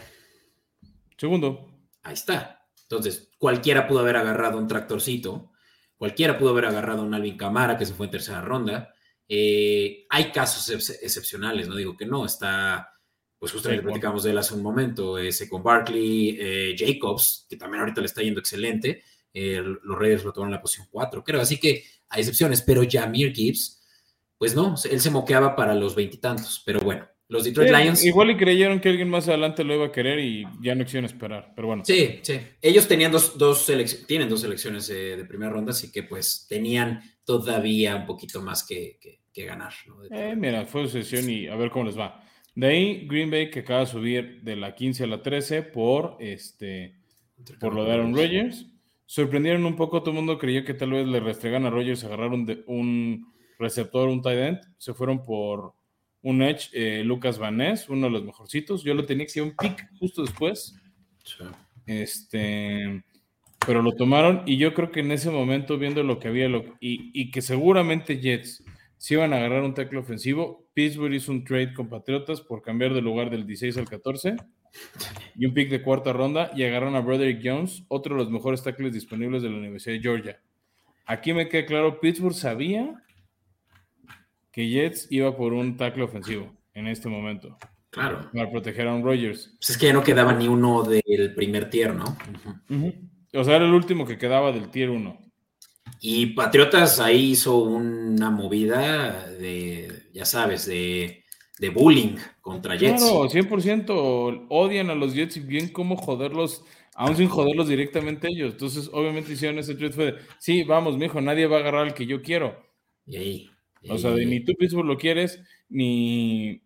Segundo, Ahí está. Entonces, cualquiera pudo haber agarrado un tractorcito, cualquiera pudo haber agarrado un Alvin Kamara que se fue en tercera ronda. Eh, hay casos ex excepcionales, no digo que no, está, pues justamente Saquon. platicamos de él hace un momento, ese con Barkley, eh, Jacobs, que también ahorita le está yendo excelente, eh, los Raiders lo tomaron en la posición cuatro, creo, así que hay excepciones, pero Jahmyr Gibbs, pues no, él se moqueaba para los veintitantos, pero bueno, los Sí, Detroit Lions... igual y creyeron que alguien más adelante lo iba a querer y ya no quisieron esperar, pero bueno. Sí, sí. Ellos tenían dos, dos selec- tienen dos selecciones eh, de primera ronda, así que pues tenían todavía un poquito más que, que, que ganar, ¿no? De Eh, todo. mira, fue sucesión y a ver cómo les va. De ahí, Green Bay que acaba de subir de la quince a la trece por este por lo de Aaron Rodgers. Sorprendieron un poco, todo el mundo creyó que tal vez le restregan a Rodgers, agarraron de un receptor, un tight end, se fueron por un edge, eh, Lucas Van Ness, uno de los mejorcitos. Yo lo tenía que ser un pick justo después. Sí. Este, pero lo tomaron y yo creo que en ese momento, viendo lo que había lo, y, y que seguramente Jets si iban a agarrar un tackle ofensivo, Pittsburgh hizo un trade con Patriotas por cambiar de lugar del dieciséis al catorce y un pick de cuarta ronda y agarraron a Broderick Jones, otro de los mejores tackles disponibles de la Universidad de Georgia. Aquí me queda claro, Pittsburgh sabía que Jets iba por un tackle ofensivo en este momento. Claro. Para proteger a un Rodgers. Pues es que ya no quedaba ni uno del primer tier, ¿no? Uh-huh. Uh-huh. O sea, era el último que quedaba del tier uno. Y Patriotas ahí hizo una movida de, ya sabes, de, de bullying contra Jets. Claro, cien por ciento odian a los Jets y bien cómo joderlos, aún sin joderlos directamente ellos. Entonces, obviamente hicieron ese trade, fue de, sí, vamos, mijo, nadie va a agarrar al que yo quiero. Y ahí, y o sea, de, ni tú Pittsburgh lo quieres, ni,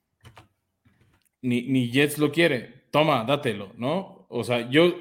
ni, ni Jets lo quiere. Toma, dátelo, ¿no? O sea, yo,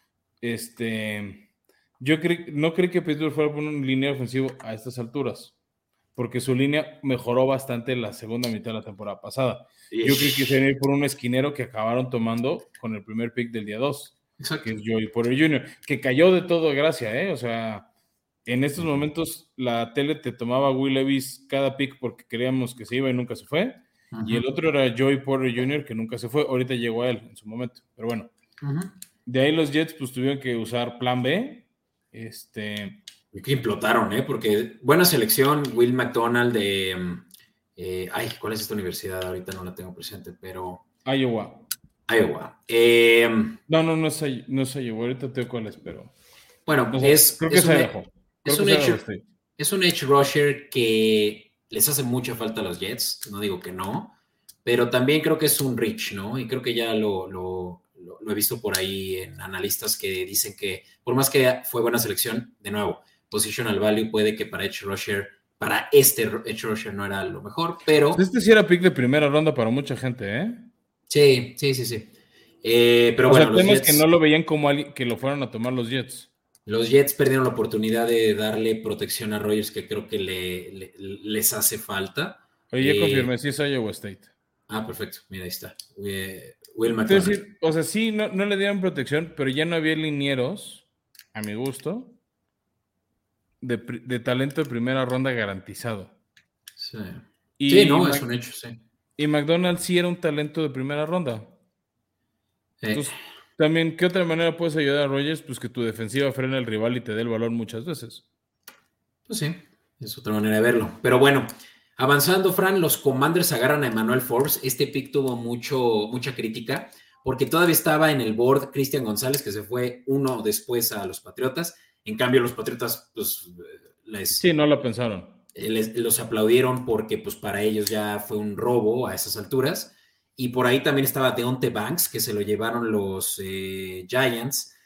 este, yo cre no creí que Pittsburgh fuera por un línea ofensivo a estas alturas, porque su línea mejoró bastante en la segunda mitad de la temporada pasada. Yo creí que se iban a ir por un esquinero que acabaron tomando con el primer pick del día dos, que es Joey Porter junior, que cayó de todo gracia, ¿eh? O sea, en estos uh-huh. momentos la tele te tomaba a Will Levis cada pick porque creíamos que se iba y nunca se fue, uh-huh. y el otro era Joey Porter junior que nunca se fue, ahorita llegó a él en su momento, pero bueno. Uh-huh. De ahí los Jets pues tuvieron que usar plan B. Este... Que implotaron, ¿eh? Porque buena selección, Will McDonald de... Eh, ay, ¿cuál es esta universidad? Ahorita no la tengo presente, pero... Iowa. Iowa. Eh, no, no, no es, no es Iowa. Ahorita te digo cuál es, pero... Bueno, no sé, es... creo que es, es un, Idaho. es, un edge, es un edge rusher que les hace mucha falta a los Jets, no digo que no, pero también creo que es un reach, ¿no? Y creo que ya lo, lo, lo, lo he visto por ahí en analistas que dicen que por más que fue buena selección, de nuevo, positional value puede que para edge rusher, para este edge rusher no era lo mejor, pero... Este sí era pick de primera ronda para mucha gente, ¿eh? Sí, sí, sí, sí. Eh, pero o bueno, sea, el los tema Jets... es que no lo veían como alguien que lo fueran a tomar los Jets. Los Jets perdieron la oportunidad de darle protección a Rodgers, que creo que le, le, les hace falta. Oye, ya eh, confirmé, sí es Iowa State. Ah, perfecto, mira, ahí está. Will McDonald. Decir, o sea, sí, no, no le dieron protección, pero ya no había linieros, a mi gusto, de, de talento de primera ronda garantizado. Sí, y sí no, Mac, es un hecho, sí. Y McDonald sí era un talento de primera ronda. Eh. Entonces, también, ¿qué otra manera puedes ayudar a Rodgers? Pues que tu defensiva frene al rival y te dé el balón muchas veces. Pues sí, es otra manera de verlo. Pero bueno, avanzando, Fran, los Commanders agarran a Emmanuel Forbes. Este pick tuvo mucho, mucha crítica porque todavía estaba en el board Cristian González, que se fue uno después a los Patriotas. En cambio, los Patriotas, pues, les... Sí, no lo pensaron. Les, los aplaudieron porque, pues, para ellos ya fue un robo a esas alturas. Y por ahí también estaba Deonte Banks, que se lo llevaron los eh, Giants.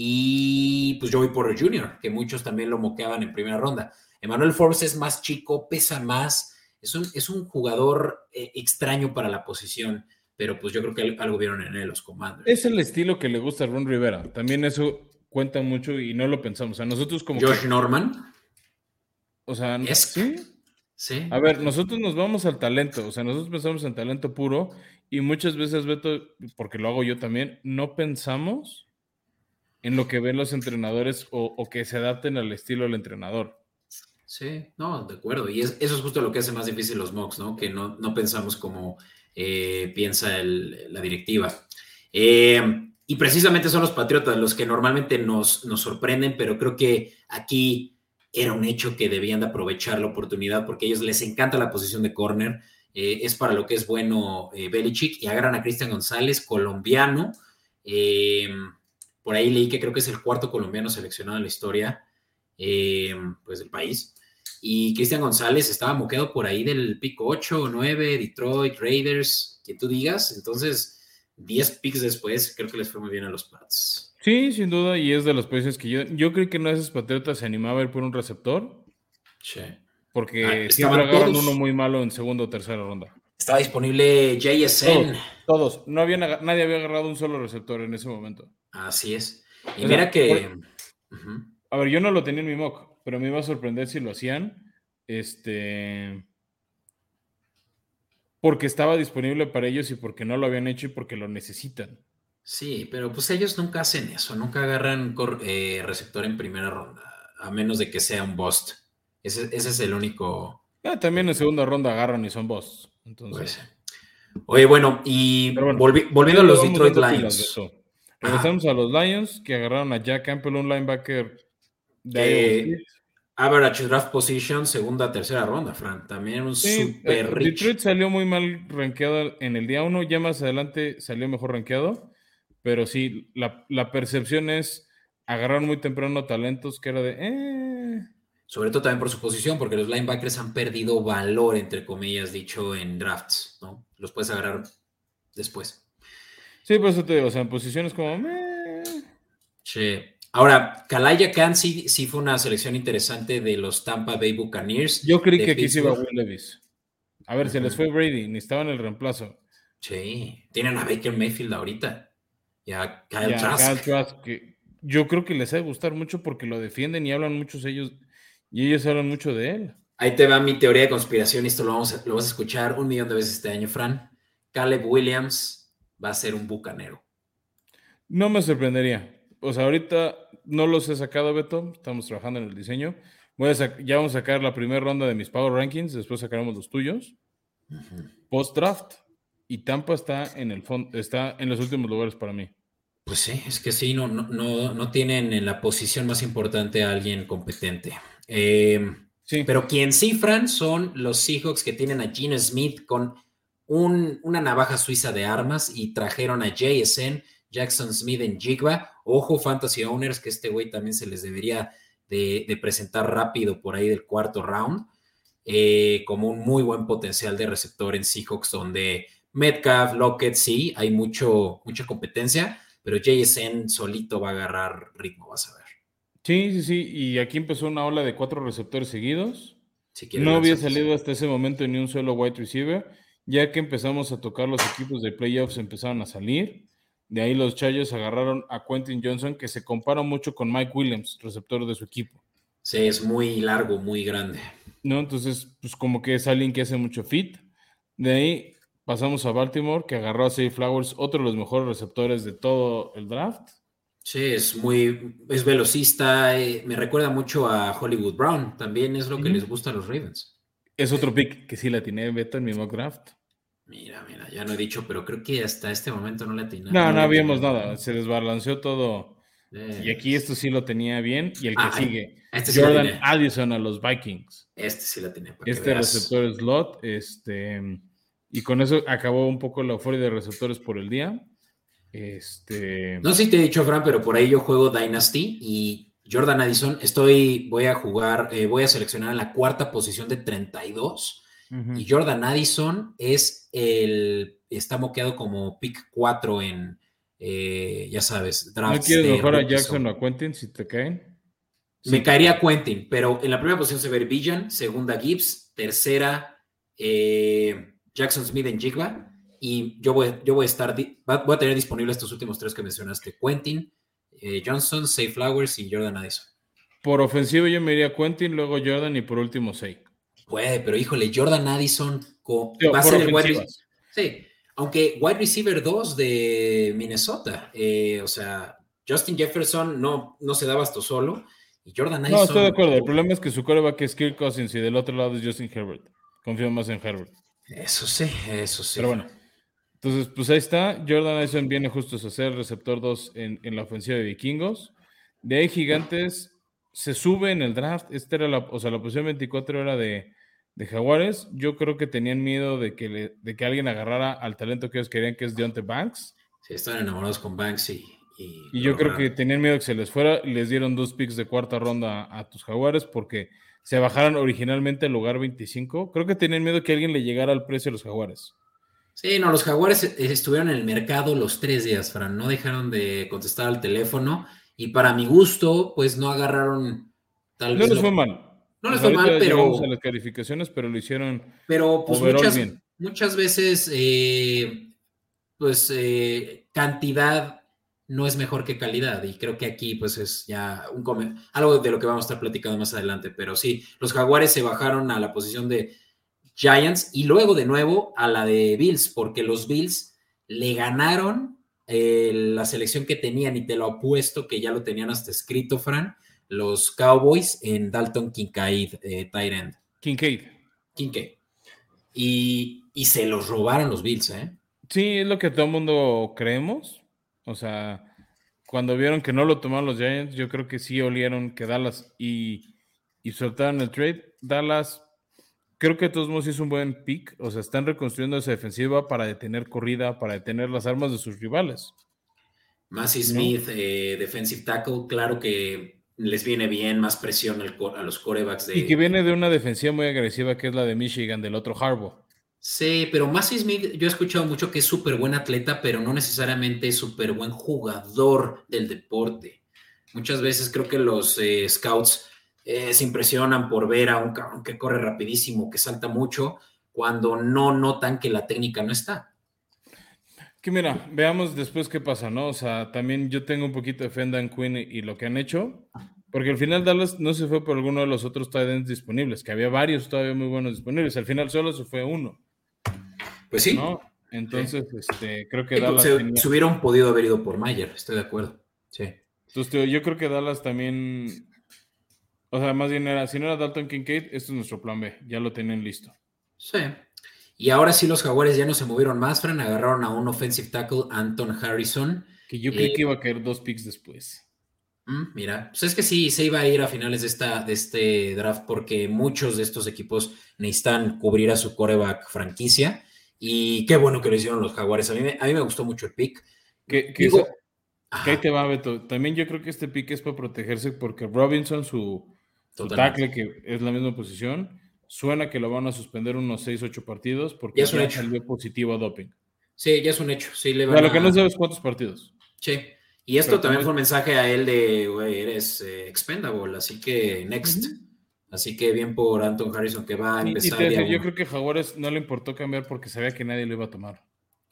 Y pues Joey Porter junior, que muchos también lo moqueaban en primera ronda. Emmanuel Forbes es más chico, pesa más, es un, es un jugador eh, extraño para la posición, pero pues yo creo que algo vieron en él los Commanders. Es el estilo que le gusta a Ron Rivera. También eso cuenta mucho y no lo pensamos. O sea, nosotros como Josh que, Norman. O sea, es, ¿sí? Sí. A ver, nosotros nos vamos al talento. O sea, nosotros pensamos en talento puro y muchas veces, Beto, porque lo hago yo también, no pensamos en lo que ven los entrenadores o, o que se adapten al estilo del entrenador. Sí, no, de acuerdo. Y es, eso es justo lo que hace más difícil los mocks, ¿no? Que no, no pensamos como eh, piensa el, la directiva. Eh, y precisamente son los Patriotas los que normalmente nos, nos sorprenden, pero creo que aquí era un hecho que debían de aprovechar la oportunidad porque a ellos les encanta la posición de corner. Eh, es para lo que es bueno eh, Belichick y agarran a Cristian González, colombiano. Eh, por ahí leí que creo que es el cuarto colombiano seleccionado en la historia eh, pues del país. Y Cristian González estaba moqueado por ahí del pick ocho o nueve, Detroit, Raiders, que tú digas. Entonces, diez picks después, creo que les fue muy bien a los Pats. Sí, sin duda, y es de los países que yo, yo creo que no esos Patriotas se animaba a ir por un receptor. Sí. Porque ah, siempre agarran todos. uno muy malo en segunda o tercera ronda. Estaba disponible J S N. Todos, todos. No había, nadie había agarrado un solo receptor en ese momento. Así es. Y o mira sea, que... Por... Uh-huh. A ver, yo no lo tenía en mi mock, pero me iba a sorprender si lo hacían. Este... Porque estaba disponible para ellos y porque no lo habían hecho y porque lo necesitan. Sí, pero pues ellos nunca hacen eso, nunca agarran eh, receptor en primera ronda, a menos de que sea un bust. Ese, ese es el único... Ah, también en segunda ronda agarran y son busts. Entonces... Pues, oye, bueno, y bueno, volvi volviendo a los Detroit Lions. Pilas, regresamos Ajá. a los Lions, que agarraron a Jack Campbell, un linebacker de eh, Iowa State. Average draft position, segunda, tercera ronda, Fran. También un sí, super eh, rich. Detroit salió muy mal rankeado en el día uno, ya más adelante salió mejor rankeado, pero sí, la, la percepción es agarrar muy temprano talentos que era de... Eh. Sobre todo también por su posición, porque los linebackers han perdido valor, entre comillas, dicho en drafts, ¿no? Los puedes agarrar después. Sí, por eso te digo, o sea, en posiciones como... Meh. Sí. Ahora, Kalaya Khan sí, sí fue una selección interesante de los Tampa Bay Buccaneers. Yo creí que aquí se iba Will Levis. A ver, uh-huh. Se les fue Brady, necesitaban el reemplazo. Sí, tienen a Baker Mayfield ahorita. Y a Kyle Trask. Kyle Trask, que yo creo que les ha de gustar mucho porque lo defienden y hablan muchos ellos, y ellos hablan mucho de él. Ahí te va mi teoría de conspiración, y esto lo, vamos a, lo vas a escuchar un millón de veces este año, Fran. Caleb Williams va a ser un bucanero. No me sorprendería. O sea, ahorita no los he sacado, Beto. Estamos trabajando en el diseño. Voy a ya vamos a sacar la primera ronda de mis Power Rankings. Después sacaremos los tuyos. Uh-huh. Post-draft. Y Tampa está en el fondo, está en los últimos lugares para mí. Pues sí, es que sí, no, no, no, no tienen en la posición más importante a alguien competente. Eh, Sí, pero quien cifran son los Seahawks, que tienen a Geno Smith con un, una navaja suiza de armas y trajeron a J S N, Jackson Smith en Jigba. Ojo, Fantasy Owners, que este güey también se les debería de, de presentar rápido por ahí del cuarto round, eh, como un muy buen potencial de receptor en Seahawks, donde Metcalf, Lockett, sí, hay mucho, mucha competencia, pero J S N solito va a agarrar ritmo, vas a ver. sí, sí, sí. Y aquí empezó una ola de cuatro receptores seguidos. Si quieres No había lanzarte. salido hasta ese momento ni un solo wide receiver. Ya que empezamos a tocar los equipos de playoffs, empezaron a salir. De ahí los Chargers agarraron a Quentin Johnson, que se compara mucho con Mike Williams, receptor de su equipo. Sí, es muy largo, muy grande. ¿No? Entonces, pues como que es alguien que hace mucho fit. De ahí pasamos a Baltimore, que agarró a Zay Flowers, otro de los mejores receptores de todo el draft. Sí, es muy, es velocista, eh, me recuerda mucho a Hollywood Brown, también es lo que les Ujú. gusta a los Ravens. Es otro pick que sí la tiene Beto en mi mock draft. Mira, mira, ya no he dicho, pero creo que hasta este momento no le atina, No, no no le habíamos atinamos, nada, ¿no? se desbalanceó todo. Y aquí esto Es- sí lo tenía bien. Y el que Ah, sigue, a este sí la Jordan tiene, Addison a los Vikings. este sí la tiene, para que Este veas. receptor slot, este, y con eso acabó un poco la euforia de receptores por el día. Este, No sé si te he dicho, Fran, pero por ahí yo juego Dynasty y Jordan Addison, estoy, voy a jugar, eh, voy a seleccionar en la cuarta posición de treinta y dos ujú. y Jordan Addison es el, está moqueado como pick cuatro en, eh, ya sabes, ¿No drafts quieres de mejor a rookies. Jackson So. o a Quentin si te caen? Sí Me te caería caen. Quentin, pero en la primera posición se ve Villan, segunda Gibbs, tercera eh, Jackson Smith en Jigba, y yo voy, yo voy a estar, voy a tener disponibles estos últimos tres que mencionaste, Quentin, eh, Johnson, Say Flowers y Jordan Addison. Por ofensivo yo me iría a Quentin, luego Jordan y por último Zay. Puede, pero híjole, Jordan Addison co- Digo, va a por ser el wide receiver. ofensivas. Sí, aunque wide receiver dos de Minnesota, eh, o sea, Justin Jefferson no, no se da abasto solo, y Jordan No, estoy de Addison, acuerdo. El uf, problema es que su coreback es Kirk Cousins y del otro lado es Justin Herbert. Confío más en Herbert. eso sí, eso sí. Pero bueno, entonces, pues ahí está. Jordan Addison viene justo a ser receptor dos en, en la ofensiva de Vikingos. De ahí Gigantes se sube en el draft. Esta era la, o sea, la posición veinticuatro era de, de Jaguares. Yo creo que tenían miedo de que, le, de que alguien agarrara al talento que ellos querían, que es Deontay Banks. Sí, están enamorados con Banks y, y Y lo yo creo que lograron. tenían miedo que se les fuera. Les dieron dos picks de cuarta ronda a, a tus Jaguares porque se bajaron originalmente al lugar veinticinco. Creo que tenían miedo que alguien le llegara al precio a los Jaguares. Sí, no, los Jaguares eh, estuvieron en el mercado los tres días, Fran, no dejaron de contestar al teléfono y para mi gusto, pues no agarraron tal No vez les fue lo... mal. No O les sea, fue mal, ahorita llegamos a pero, las calificaciones, pero lo hicieron pero pues overall muchas, bien. muchas veces, eh, pues eh, cantidad no es mejor que calidad y creo que aquí pues es ya un come- algo de lo que vamos a estar platicando más adelante, pero sí, los Jaguares se bajaron a la posición de Giants y luego de nuevo a la de Bills, porque los Bills le ganaron eh, la selección que tenían y te lo apuesto que ya lo tenían hasta escrito, Fran, los Cowboys en Dalton Kincaid, eh, tight end. Kincaid. Kincaid. Y, y se los robaron los Bills, ¿eh? Sí, es lo que todo el mundo creemos. O sea, cuando vieron que no lo tomaron los Giants, yo creo que sí olieron que Dallas y, y soltaron el trade. Dallas, creo que de todos modos es un buen pick. O sea, están reconstruyendo esa defensiva para detener corrida, para detener las armas de sus rivales. Massey ¿No? Smith, eh, defensive tackle, claro que les viene bien más presión al, a los corebacks Y que de, viene de una defensiva muy agresiva que es la de Michigan, del otro Harbaugh. Sí, pero Massey Smith, yo he escuchado mucho que es súper buen atleta, pero no necesariamente es súper buen jugador del deporte. Muchas veces creo que los eh, scouts eh, se impresionan por ver a un cabrón que corre rapidísimo, que salta mucho, cuando no notan que la técnica no está. Que mira, veamos después qué pasa, ¿no? O sea, también yo tengo un poquito de fe en Dan Quinn y, y lo que han hecho, porque al final Dallas no se fue por alguno de los otros tight ends disponibles, que había varios todavía muy buenos disponibles. Al final solo se fue uno, Pues sí, ¿no? sí. Entonces, este, creo que Sí, pues, Dallas se, tenía. se hubieran podido haber ido por Mayer, estoy de acuerdo. Sí. Entonces, tío, yo creo que Dallas también. O sea, más bien era, si no era Dalton Kincaid, este es nuestro plan B, ya lo tienen listo. Sí. Y ahora sí los Jaguares ya no se movieron más, Fran, agarraron a un offensive tackle, Anton Harrison, Que yo creí Eh, que iba a caer dos picks después. mm, mira, pues es que sí, se iba a ir a finales de, esta, de este draft porque muchos de estos equipos necesitan cubrir a su quarterback franquicia y qué bueno que lo hicieron los Jaguares. A mí me, a mí me gustó mucho el pick. Que, que, esa- Digo, que ahí ajá, te va, Beto. También yo creo que este pick es para protegerse porque Robinson, su, su totalmente. tackle, que es la misma posición, suena que lo van a suspender unos seis ocho partidos Ya porque es un ya hecho. salió positivo a doping. Sí, ya es un hecho. Sí, le O sea, van lo que no a. sabes cuántos partidos. Sí. Y esto Pero como también es. fue un mensaje a él de, güey, eres eh, expendable, así que next. Ujú. Así que bien por Anton Harrison que va a Y, y te empezar día decía, yo uno. creo que Jaguares no le importó cambiar porque sabía que nadie lo iba a tomar.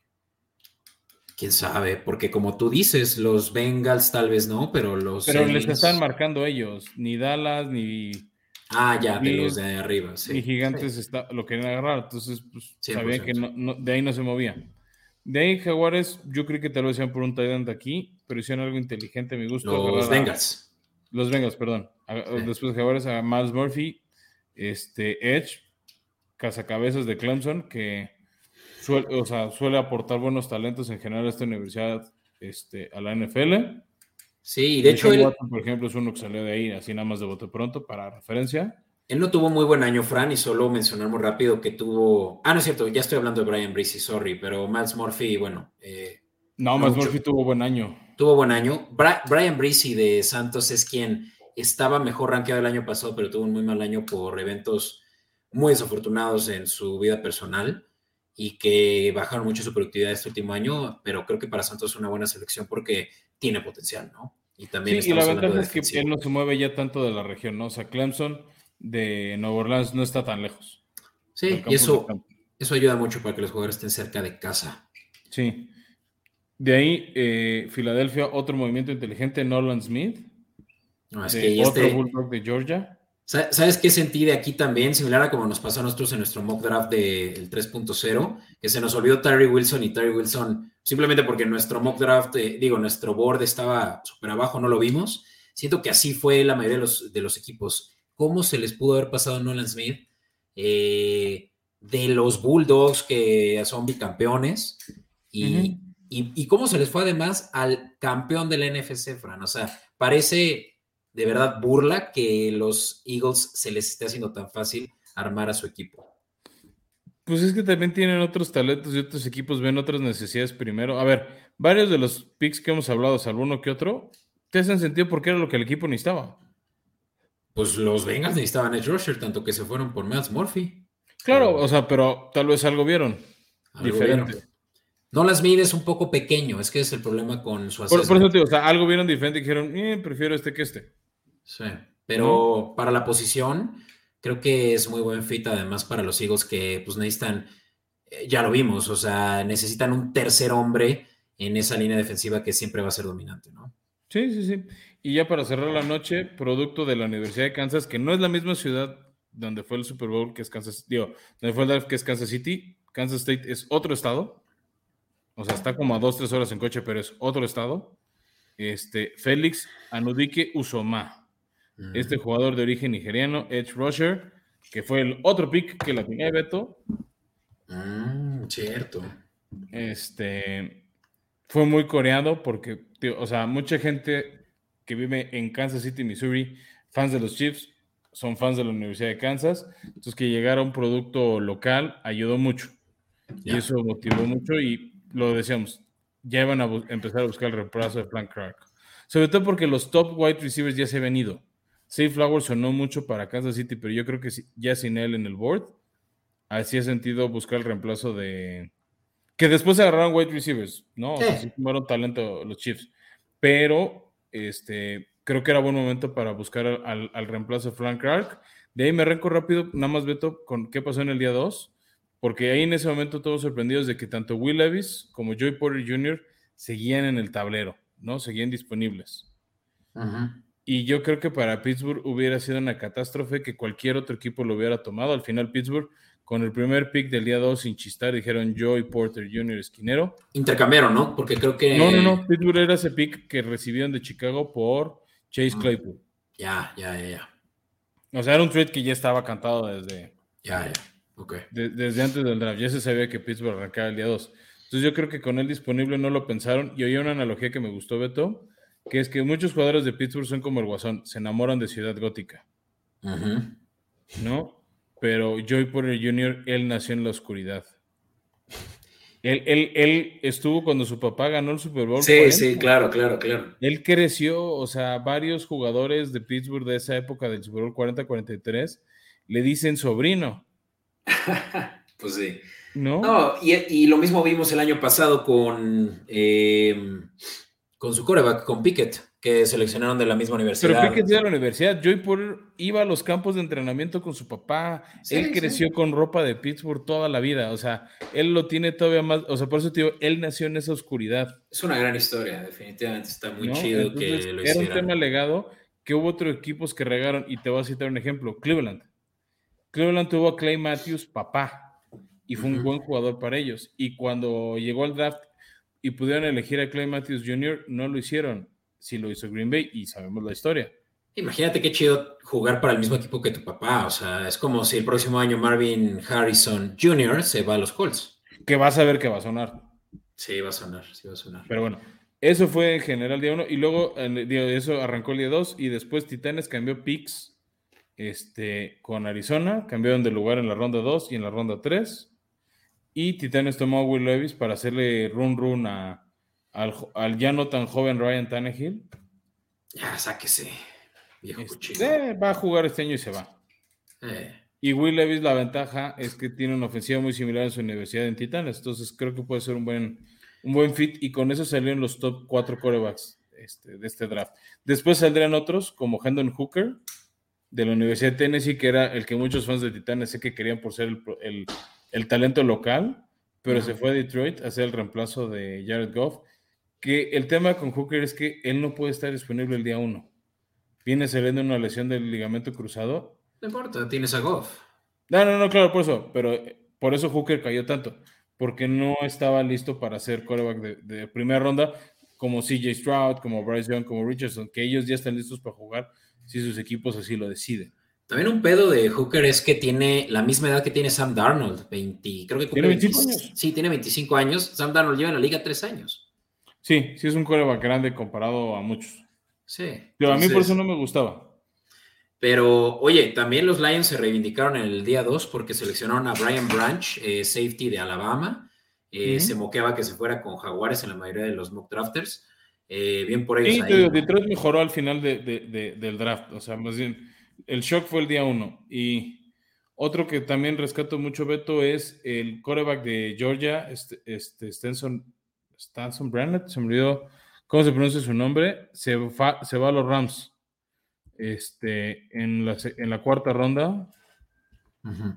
Quién sabe, porque como tú dices, los Bengals tal vez no, pero los Pero les están Saints. marcando ellos. Ni Dallas, ni Ah, ya, de los Bills, de arriba, ni sí. Sí, Gigantes está, lo querían agarrar. Entonces, pues, cien por sabían que ciento. no, no- de ahí no se movía. De ahí, Jaguares, yo creo que tal vez sean por un tight end aquí, pero hicieron algo inteligente a mi gusto, Los agarrar a Bengals. los Bengals, perdón. A- Sí. después Jaguares a Miles Murphy, este, Edge, cazacabezas de Clemson, que suele, o sea, suele aportar buenos talentos en general a esta universidad, este, a la N F L. Sí, y de hecho Deshaun él, Watson, por ejemplo, es uno que salió de ahí, así nada más de bote pronto, para referencia. él no tuvo muy buen año, Fran, y solo mencionar muy rápido que tuvo. Ah, no es cierto, ya estoy hablando de Brian Breezy, sorry, pero Miles Murphy, bueno, eh, No, no Miles mucho. Murphy tuvo buen año. Tuvo buen año. Bra Brian Breezy de Santos es quien estaba mejor rankeado el año pasado, pero tuvo un muy mal año por eventos muy desafortunados en su vida personal y que bajaron mucho su productividad este último año, pero creo que para Santos es una buena selección porque tiene potencial, ¿no? Y Sí, también y la estamos hablando ventaja de es que él defensivo. no se mueve ya tanto de la región, ¿no? O sea, Clemson de Nueva Orleans no está tan lejos del Sí, y campus de eso, Clemson. eso ayuda mucho para que los jugadores estén cerca de casa. Sí. De ahí, eh, Filadelfia, otro movimiento inteligente, Nolan Smith, No, es de que otro este, Bulldog de Georgia. ¿sabes qué sentí de aquí también? Similar a como nos pasó a nosotros en nuestro mock draft del tres punto cero, que se nos olvidó Tyree Wilson y Tyree Wilson, simplemente porque nuestro mock draft, eh, digo, nuestro board estaba súper abajo, no lo vimos. Siento que así fue la mayoría de los, de los equipos. ¿Cómo se les pudo haber pasado a Nolan Smith eh, de los Bulldogs que son bicampeones? Ujú. Y, y, y cómo se les fue además al campeón de la N F C, Fran. O sea, parece de verdad burla que los Eagles se les esté haciendo tan fácil armar a su equipo. Pues es que también tienen otros talentos y otros equipos ven otras necesidades primero. A ver, varios de los picks que hemos hablado, salvo uno que otro, te hacen sentido porque era lo que el equipo necesitaba. Pues los Bengals necesitaban edge rusher, tanto que se fueron por Miles Murphy, Claro, o pero sea, pero tal vez algo vieron algo vieron. diferente. No las mides un poco pequeño, es que es el problema con su Por, por eso assessment. te digo, o sea, algo vieron diferente y dijeron, eh, prefiero este que este, Sí, ¿no? pero para la posición creo que es muy buen fit además para los Eagles que pues necesitan, eh, ya lo vimos, o sea, necesitan un tercer hombre en esa línea defensiva que siempre va a ser dominante, ¿no? Sí, sí, sí. Y ya para cerrar la noche, producto de la Universidad de Kansas, que no es la misma ciudad donde fue el Super Bowl, que es Kansas, digo, donde fue el draft, que es Kansas City. Kansas State es otro estado, o sea, está como a dos, tres horas en coche, pero es otro estado. Este, Félix Anudike Uzomah, este Mm. jugador de origen nigeriano, Edge Rusher, que fue el otro pick que la tenía Beto. Mm, cierto. Este, fue muy coreado porque, tío, o sea, mucha gente que vive en Kansas City, Missouri, fans de los Chiefs, son fans de la Universidad de Kansas, entonces que llegara un producto local ayudó mucho y Ya. eso motivó mucho y lo decíamos, ya iban a bu- empezar a buscar el reemplazo de Frank Clark, sobre todo porque los top wide receivers ya se habían ido. Safe Flowers sonó mucho para Kansas City, pero yo creo que si- ya sin él en el board, hacía sentido buscar el reemplazo de que después se agarraron wide receivers, ¿no? O sea, sí Eh, tomaron talento los Chiefs. Pero este, creo que era buen momento para buscar al, al, al reemplazo de Frank Clark. De ahí me arranco rápido, nada más Beto, con qué pasó en el día dos. Porque ahí en ese momento todos sorprendidos de que tanto Will Levis como Joey Porter junior seguían en el tablero, ¿no? Seguían disponibles. ujú. Y yo creo que para Pittsburgh hubiera sido una catástrofe que cualquier otro equipo lo hubiera tomado. Al final Pittsburgh, con el primer pick del día dos sin chistar, dijeron Joey Porter junior esquinero. Intercambiaron, ¿no? Porque creo No, no, que no. Pittsburgh era ese pick que recibieron de Chicago por Chase mm, Claypool. ya, ya, ya, ya, O sea, era un trade que ya estaba cantado desde, ya, ya. Ok. de- desde antes del draft. Ya se sabía que Pittsburgh arrancaba el día dos. Entonces yo creo que con él disponible no lo pensaron. Y oí una analogía que me gustó, Beto, que es que muchos jugadores de Pittsburgh son como el Guasón, se enamoran de Ciudad Gótica, Uh-huh. ¿no? Pero Joey Porter junior, él nació en la oscuridad. Él, él, él estuvo cuando su papá ganó el Super Bowl Sí, cuarenta. sí, claro, claro, claro. Él creció, o sea, varios jugadores de Pittsburgh de esa época del Super Bowl cuarenta cuarenta y tres le dicen sobrino. Pues sí. ¿No? No, y, y lo mismo vimos el año pasado con, eh, con su quarterback, con Pickett, que seleccionaron de la misma Pero universidad. Pickett iba a la universidad. Joey Porter iba a los campos de entrenamiento con su papá. Sí, él creció sí. con ropa de Pittsburgh toda la vida. O sea, él lo tiene todavía más. O sea, por eso te digo, él nació en esa oscuridad. Es una gran historia, definitivamente está muy ¿No? chido. Entonces, Que lo era un hicieran. tema legado que hubo otros equipos que regaron. Y te voy a citar un ejemplo: Cleveland. Cleveland tuvo a Clay Matthews, papá, y fue un Uh-huh. buen jugador para ellos. Y cuando llegó al draft y pudieron elegir a Clay Matthews junior, no lo hicieron. Sí lo hizo Green Bay y sabemos la historia. Imagínate qué chido jugar para el mismo equipo que tu papá. O sea, es como si el próximo año Marvin Harrison junior se va a los Colts. Que vas a ver que va a sonar. Sí, va a sonar, sí va a sonar. Pero bueno, eso fue en general día uno. Y luego el día, eso arrancó el día dos. Y después Titanes cambió picks este, con Arizona. Cambiaron de lugar en la ronda dos y en la ronda tres. Y Titanes tomó a Will Levis para hacerle run run a, al, al ya no tan joven Ryan Tannehill. Ya, sáquese, viejo Este, cochino. eh, va a jugar este año y se va. Eh. Y Will Levis, la ventaja es que tiene una ofensiva muy similar en su universidad en Titanes. Entonces creo que puede ser un buen, un buen fit. Y con eso salieron los top cuatro quarterbacks este, de este draft. Después saldrían otros como Hendon Hooker de la Universidad de Tennessee, que era el que muchos fans de Titanes sé que querían por ser el, el, el talento local, pero uh-huh. se fue a Detroit a hacer el reemplazo de Jared Goff. Que el tema con Hooker es que él no puede estar disponible el día uno. Viene saliendo una lesión del ligamento cruzado. No importa, tienes a Goff. No, no, no, claro, por eso, pero por eso Hooker cayó tanto, porque no estaba listo para ser quarterback de, de primera ronda, como C J Stroud, como Bryce Young, como Richardson, que ellos ya están listos para jugar si sus equipos así lo deciden. También un pedo de Hooker es que tiene la misma edad que tiene Sam Darnold, veinte, creo que ¿Tiene veinticinco veinte, años? Sí, tiene veinticinco años. Sam Darnold lleva en la liga tres años. Sí, sí es un quarterback grande comparado a muchos. Sí. Pero entonces, a mí por eso no me gustaba. Pero, oye, también los Lions se reivindicaron en el día dos porque seleccionaron a Brian Branch, eh, safety de Alabama. Eh, uh-huh. Se moqueaba que se fuera con Jaguares en la mayoría de los mock drafters. Eh, bien por ellos sí, ahí. Sí, Detroit mejoró al final de, de, de, del draft. O sea, más bien, el shock fue el día uno. Y otro que también rescato mucho, Beto, es el quarterback de Georgia, este, este Stenson, Stanson Brannett, se me olvidó cómo se pronuncia su nombre, se va, se va a los Rams. Este, en la, en la cuarta ronda. Uh-huh.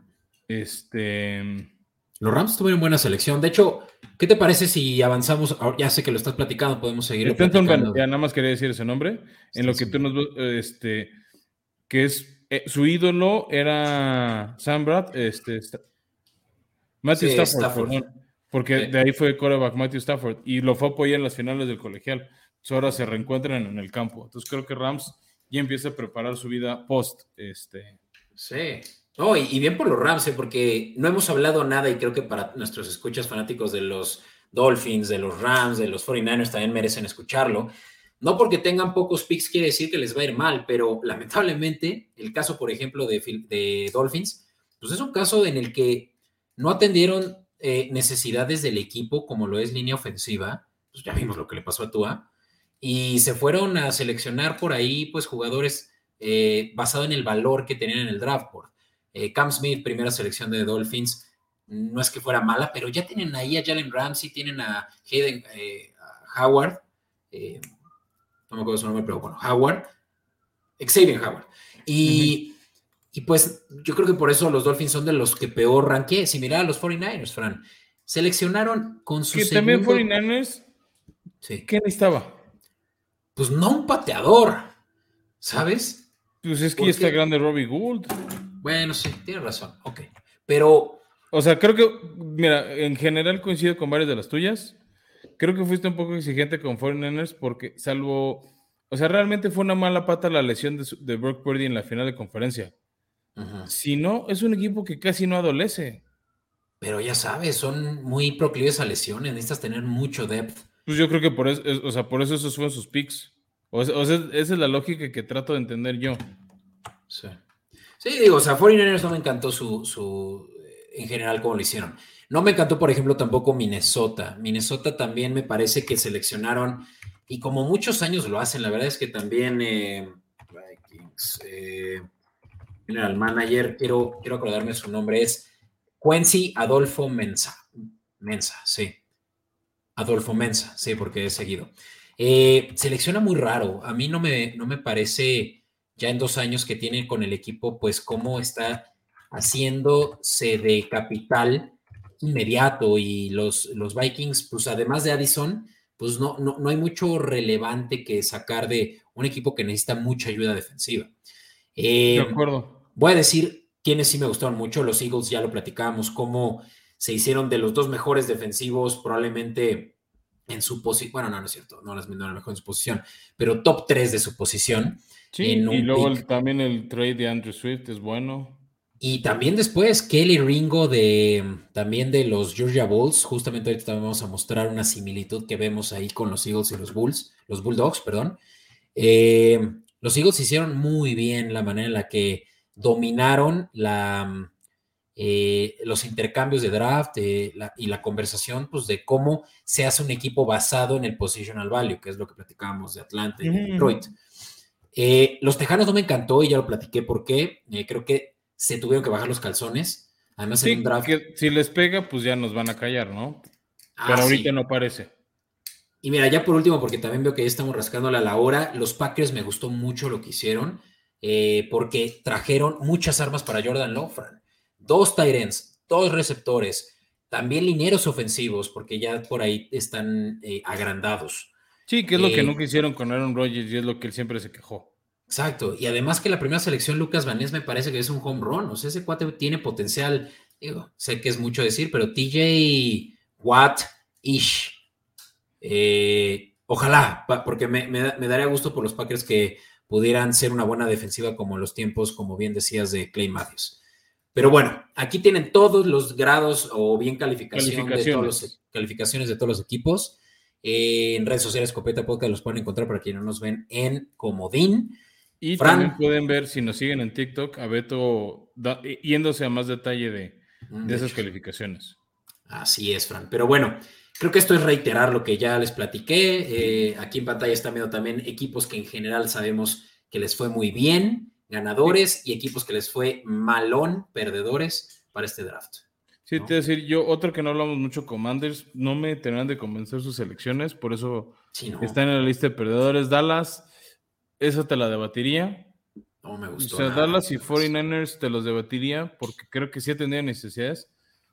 Este. Los Rams tuvieron buena selección. De hecho, ¿qué te parece si avanzamos? Ya sé que lo estás platicando, podemos seguirlo Stenson platicando. Ya nada más quería decir ese nombre. Stenson. En lo que tú nos. Este, que es. Eh, su ídolo era Sam Brad. Este, Matthew sí, Stafford. Stafford. Perdón, porque sí. De ahí fue quarterback Matthew Stafford. Y lo fue a apoyar en las finales del colegial. Entonces ahora se reencuentran en el campo. Entonces creo que Rams ya empieza a preparar su vida post. Este. Sí. Oh, y, y bien por los Rams, ¿eh? Porque no hemos hablado nada y creo que para nuestros escuchas fanáticos de los Dolphins, de los Rams, de los cuarenta y nueve ers también merecen escucharlo. No porque tengan pocos picks quiere decir que les va a ir mal, pero lamentablemente el caso, por ejemplo, de, de Dolphins, pues es un caso en el que no atendieron eh, necesidades del equipo como lo es línea ofensiva, pues ya vimos lo que le pasó a Tua, y se fueron a seleccionar por ahí pues jugadores eh, basado en el valor que tenían en el draft board. Eh, Cam Smith, primera selección de Dolphins, no es que fuera mala, pero ya tienen ahí a Jalen Ramsey, tienen a Hayden eh, a Howard, eh, no me acuerdo su nombre, pero bueno, Howard, Xavier Howard. Y, uh-huh. y pues yo creo que por eso los Dolphins son de los que peor ranqué. Si mirá a los cuarenta y nueve ers, Fran, seleccionaron con su que segundo... también cuarenta y nueve ers, sí. ¿qué necesitaba? Pues no un pateador, ¿sabes? Pues es que ya está grande Robbie Gould. Bueno, sí, tienes razón, ok. Pero... O sea, creo que, mira, en general coincido con varias de las tuyas. Creo que fuiste un poco exigente con cuarenta y nueve ers porque salvo... O sea, realmente fue una mala pata la lesión de, de Brock Purdy en la final de conferencia. Uh-huh. Si no, es un equipo que casi no adolece. pero ya sabes, son muy proclives a lesiones, necesitas tener mucho depth. Pues yo creo que por eso, es- o sea, por eso esos fueron sus picks. O sea, o sea, esa es la lógica que trato de entender yo. Sí. Sí, digo, o sea, cuarenta y nueve ers no me encantó su, su, en general, cómo lo hicieron. No me encantó, por ejemplo, tampoco Minnesota. Minnesota también me parece que seleccionaron, y como muchos años lo hacen, la verdad es que también eh, Vikings, eh, general manager, quiero, quiero acordarme su nombre, es Quincy Adolfo Mensa. Mensa, sí. Adolfo Mensa, sí, porque es seguido. Eh, selecciona muy raro. A mí no me, no me parece, ya en dos años que tiene con el equipo, pues cómo está haciéndose de capital inmediato. Y los, los Vikings, pues además de Addison, pues no, no, no hay mucho relevante que sacar de un equipo que necesita mucha ayuda defensiva. De Eh, acuerdo. Voy a decir quiénes sí me gustaron mucho. Los Eagles ya lo platicábamos, cómo se hicieron de los dos mejores defensivos, probablemente en su posición. Bueno, no, no es cierto, no las no la mejor en su posición, pero top tres de su posición Sí, en y un luego el- pick. también el trade de Andrew Swift es bueno. Y también después, Kelly Ringo de también de los Georgia Bulls. Justamente ahorita también vamos a mostrar una similitud que vemos ahí con los Eagles y los Bulls, los Bulldogs, perdón. Eh, los Eagles hicieron muy bien la manera en la que dominaron la, eh, los intercambios de draft eh, la, y la conversación pues, de cómo se hace un equipo basado en el positional value, que es lo que platicábamos de Atlanta y de Detroit. Eh, los Tejanos no me encantó y ya lo platiqué por qué. Eh, creo que se tuvieron que bajar los calzones. Además, en un Sí, draft. que si les pega, pues ya nos van a callar, ¿no? Ah, Pero ahorita sí. no parece. Y mira, ya por último, porque también veo que ya estamos rascándole a la hora, los Packers me gustó mucho lo que hicieron, eh, porque trajeron muchas armas para Jordan Love, Fran. Dos tight ends, dos receptores, también linieros ofensivos, porque ya por ahí están eh, agrandados. Sí, que es lo que Eh, nunca hicieron con Aaron Rodgers y es lo que él siempre se quejó. exacto. Y además que la primera selección, Lucas Van Ness, me parece que es un home run. O sea, ese cuate tiene potencial. Digo, sé que es mucho decir, pero T J Watt-ish. Eh, ojalá, pa, porque me, me, me, daría gusto por los Packers que pudieran ser una buena defensiva como en los tiempos, como bien decías, de Clay Matthews. Pero bueno, aquí tienen todos los grados o bien calificación de todos los Calificaciones. calificaciones de todos los equipos. Eh, en redes sociales, Escopeta Podcast los pueden encontrar para quienes no nos ven en Comodín. Y también Fran. pueden ver, si nos siguen en TikTok, a Beto da, yéndose a más detalle de, de, de esas hecho, calificaciones. Así es, Fran. Pero bueno, creo que esto es reiterar lo que ya les platiqué. Eh, aquí en pantalla están viendo también equipos que en general sabemos que les fue muy bien, ganadores, sí. Y equipos que les fue malón, perdedores para este draft. Sí, ¿no? Te voy a decir, yo, otro que no hablamos mucho, Commanders, no me terminan de convencer sus selecciones, por eso sí, no. Están en la lista de perdedores. Dallas, esa te la debatiría. No me gustó. O sea, nada, Dallas y cuarenta y nueve ers te los debatiría, porque creo que sí tendrían necesidades.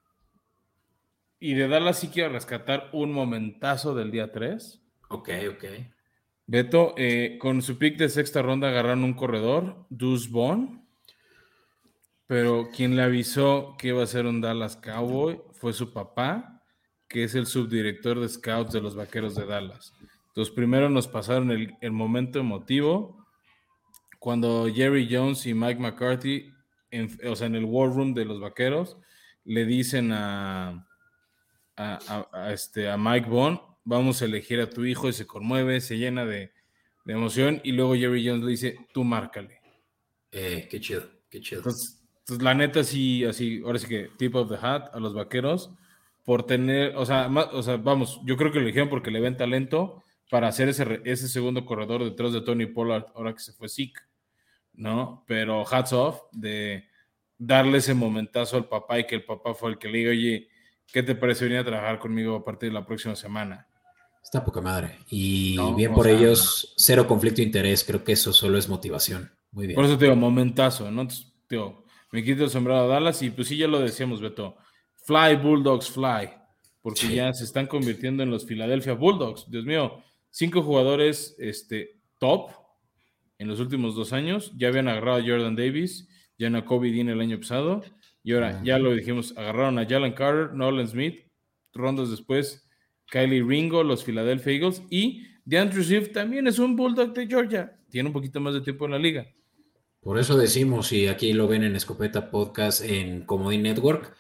Y de Dallas sí quiero rescatar un momentazo del día tres. Ok, ok. Beto, eh, con su pick de sexta ronda agarraron un corredor, Deuce Vaughn, pero quien le avisó que iba a ser un Dallas Cowboy fue su papá, que es el subdirector de scouts de los Vaqueros de Dallas. Entonces primero nos pasaron el, el momento emotivo cuando Jerry Jones y Mike McCarthy, en, o sea, en el War Room de los Vaqueros, le dicen a, a, a, a, este, a Mike Vaughn, vamos a elegir a tu hijo, y se conmueve, se llena de, de emoción, y luego Jerry Jones le dice, tú márcale. Eh, qué chido, qué chido. Entonces, entonces, la neta sí, así, ahora sí que tip of the hat a los Vaqueros, por tener, o sea, más, o sea, vamos, yo creo que lo eligieron porque le ven talento para hacer ese, ese segundo corredor detrás de Tony Pollard, ahora que se fue Zeke, ¿no? Pero hats off de darle ese momentazo al papá y que el papá fue el que le diga, oye, ¿qué te parece venir a trabajar conmigo a partir de la próxima semana? Está poca madre. Y no, bien o por sea, ellos, cero conflicto de interés. Creo que eso solo es motivación. Muy bien. Por eso te digo, momentazo, ¿no? Entonces, tío, me quito el sombrero a Dallas y pues sí, ya lo decíamos, Beto. Fly, Bulldogs, fly. Porque sí. Ya se están convirtiendo en los Philadelphia Bulldogs. Dios mío, cinco jugadores este, top en los últimos dos años. Ya habían agarrado a Jordan Davis, ya a Kobe Dean el año pasado. Y ahora, uh-huh. ya lo dijimos, agarraron a Jalen Carter, Nolan Smith, rondas después, Kylie Ringo, los Philadelphia Eagles. Y DeAndre Swift también es un Bulldog de Georgia. Tiene un poquito más de tiempo en la liga. Por eso decimos, y aquí lo ven en Escopeta Podcast en Comodín Network,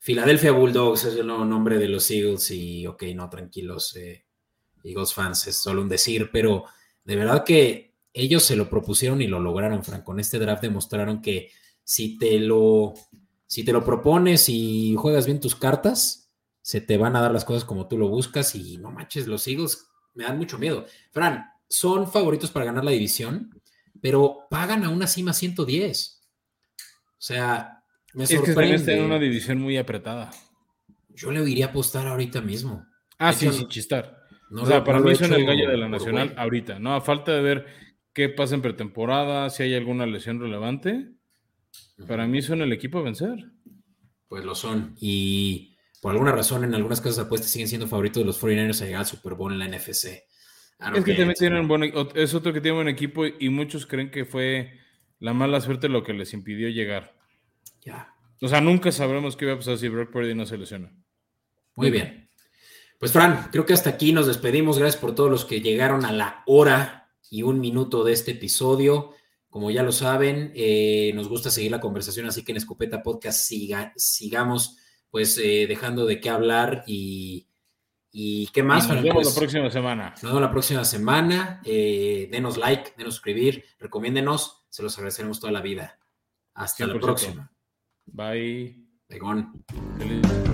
Philadelphia Bulldogs es el nuevo nombre de los Eagles y, ok, no, tranquilos, eh, Eagles fans, es solo un decir, pero de verdad que ellos se lo propusieron y lo lograron, Frank. Con este draft demostraron que si te lo, si te lo propones y juegas bien tus cartas, se te van a dar las cosas como tú lo buscas y no manches, los Eagles me dan mucho miedo. Fran, son favoritos para ganar la división, pero pagan aún así más ciento diez. O sea, me Es que también sorprende. está en una división muy apretada. Yo le iría a apostar ahorita mismo. Ah, De sí, hecho, sin chistar. no O sea, lo- para no lo mí he son hecho el gallo de la por Nacional güey. ahorita, ¿no? A falta de ver qué pasa en pretemporada, si hay alguna lesión relevante, para mí son el equipo a vencer. Pues lo son. Y por alguna razón, en algunas casas de apuestas siguen siendo favoritos de los cuarenta y nueve ers a llegar al Super Bowl en la N F C. I don't Es que get también it. tienen buen, e- es otro que tiene buen equipo y muchos creen que fue la mala suerte lo que les impidió llegar. Ya. O sea, nunca sabremos qué va a pasar si Brock Purdy no se lesiona. Muy Nunca. bien. Pues Fran, creo que hasta aquí nos despedimos. Gracias por todos los que llegaron a la hora y un minuto de este episodio. Como ya lo saben, eh, nos gusta seguir la conversación, así que en Escopeta Podcast siga, sigamos pues eh, dejando de qué hablar y, y qué más, Y nos Fran. vemos Pues, la próxima semana. nos vemos la próxima semana. Eh, denos like, denos suscribir, recomiéndenos. Se los agradeceremos toda la vida. Hasta cien la por ciento. próxima. Bye. Begón. Feliz.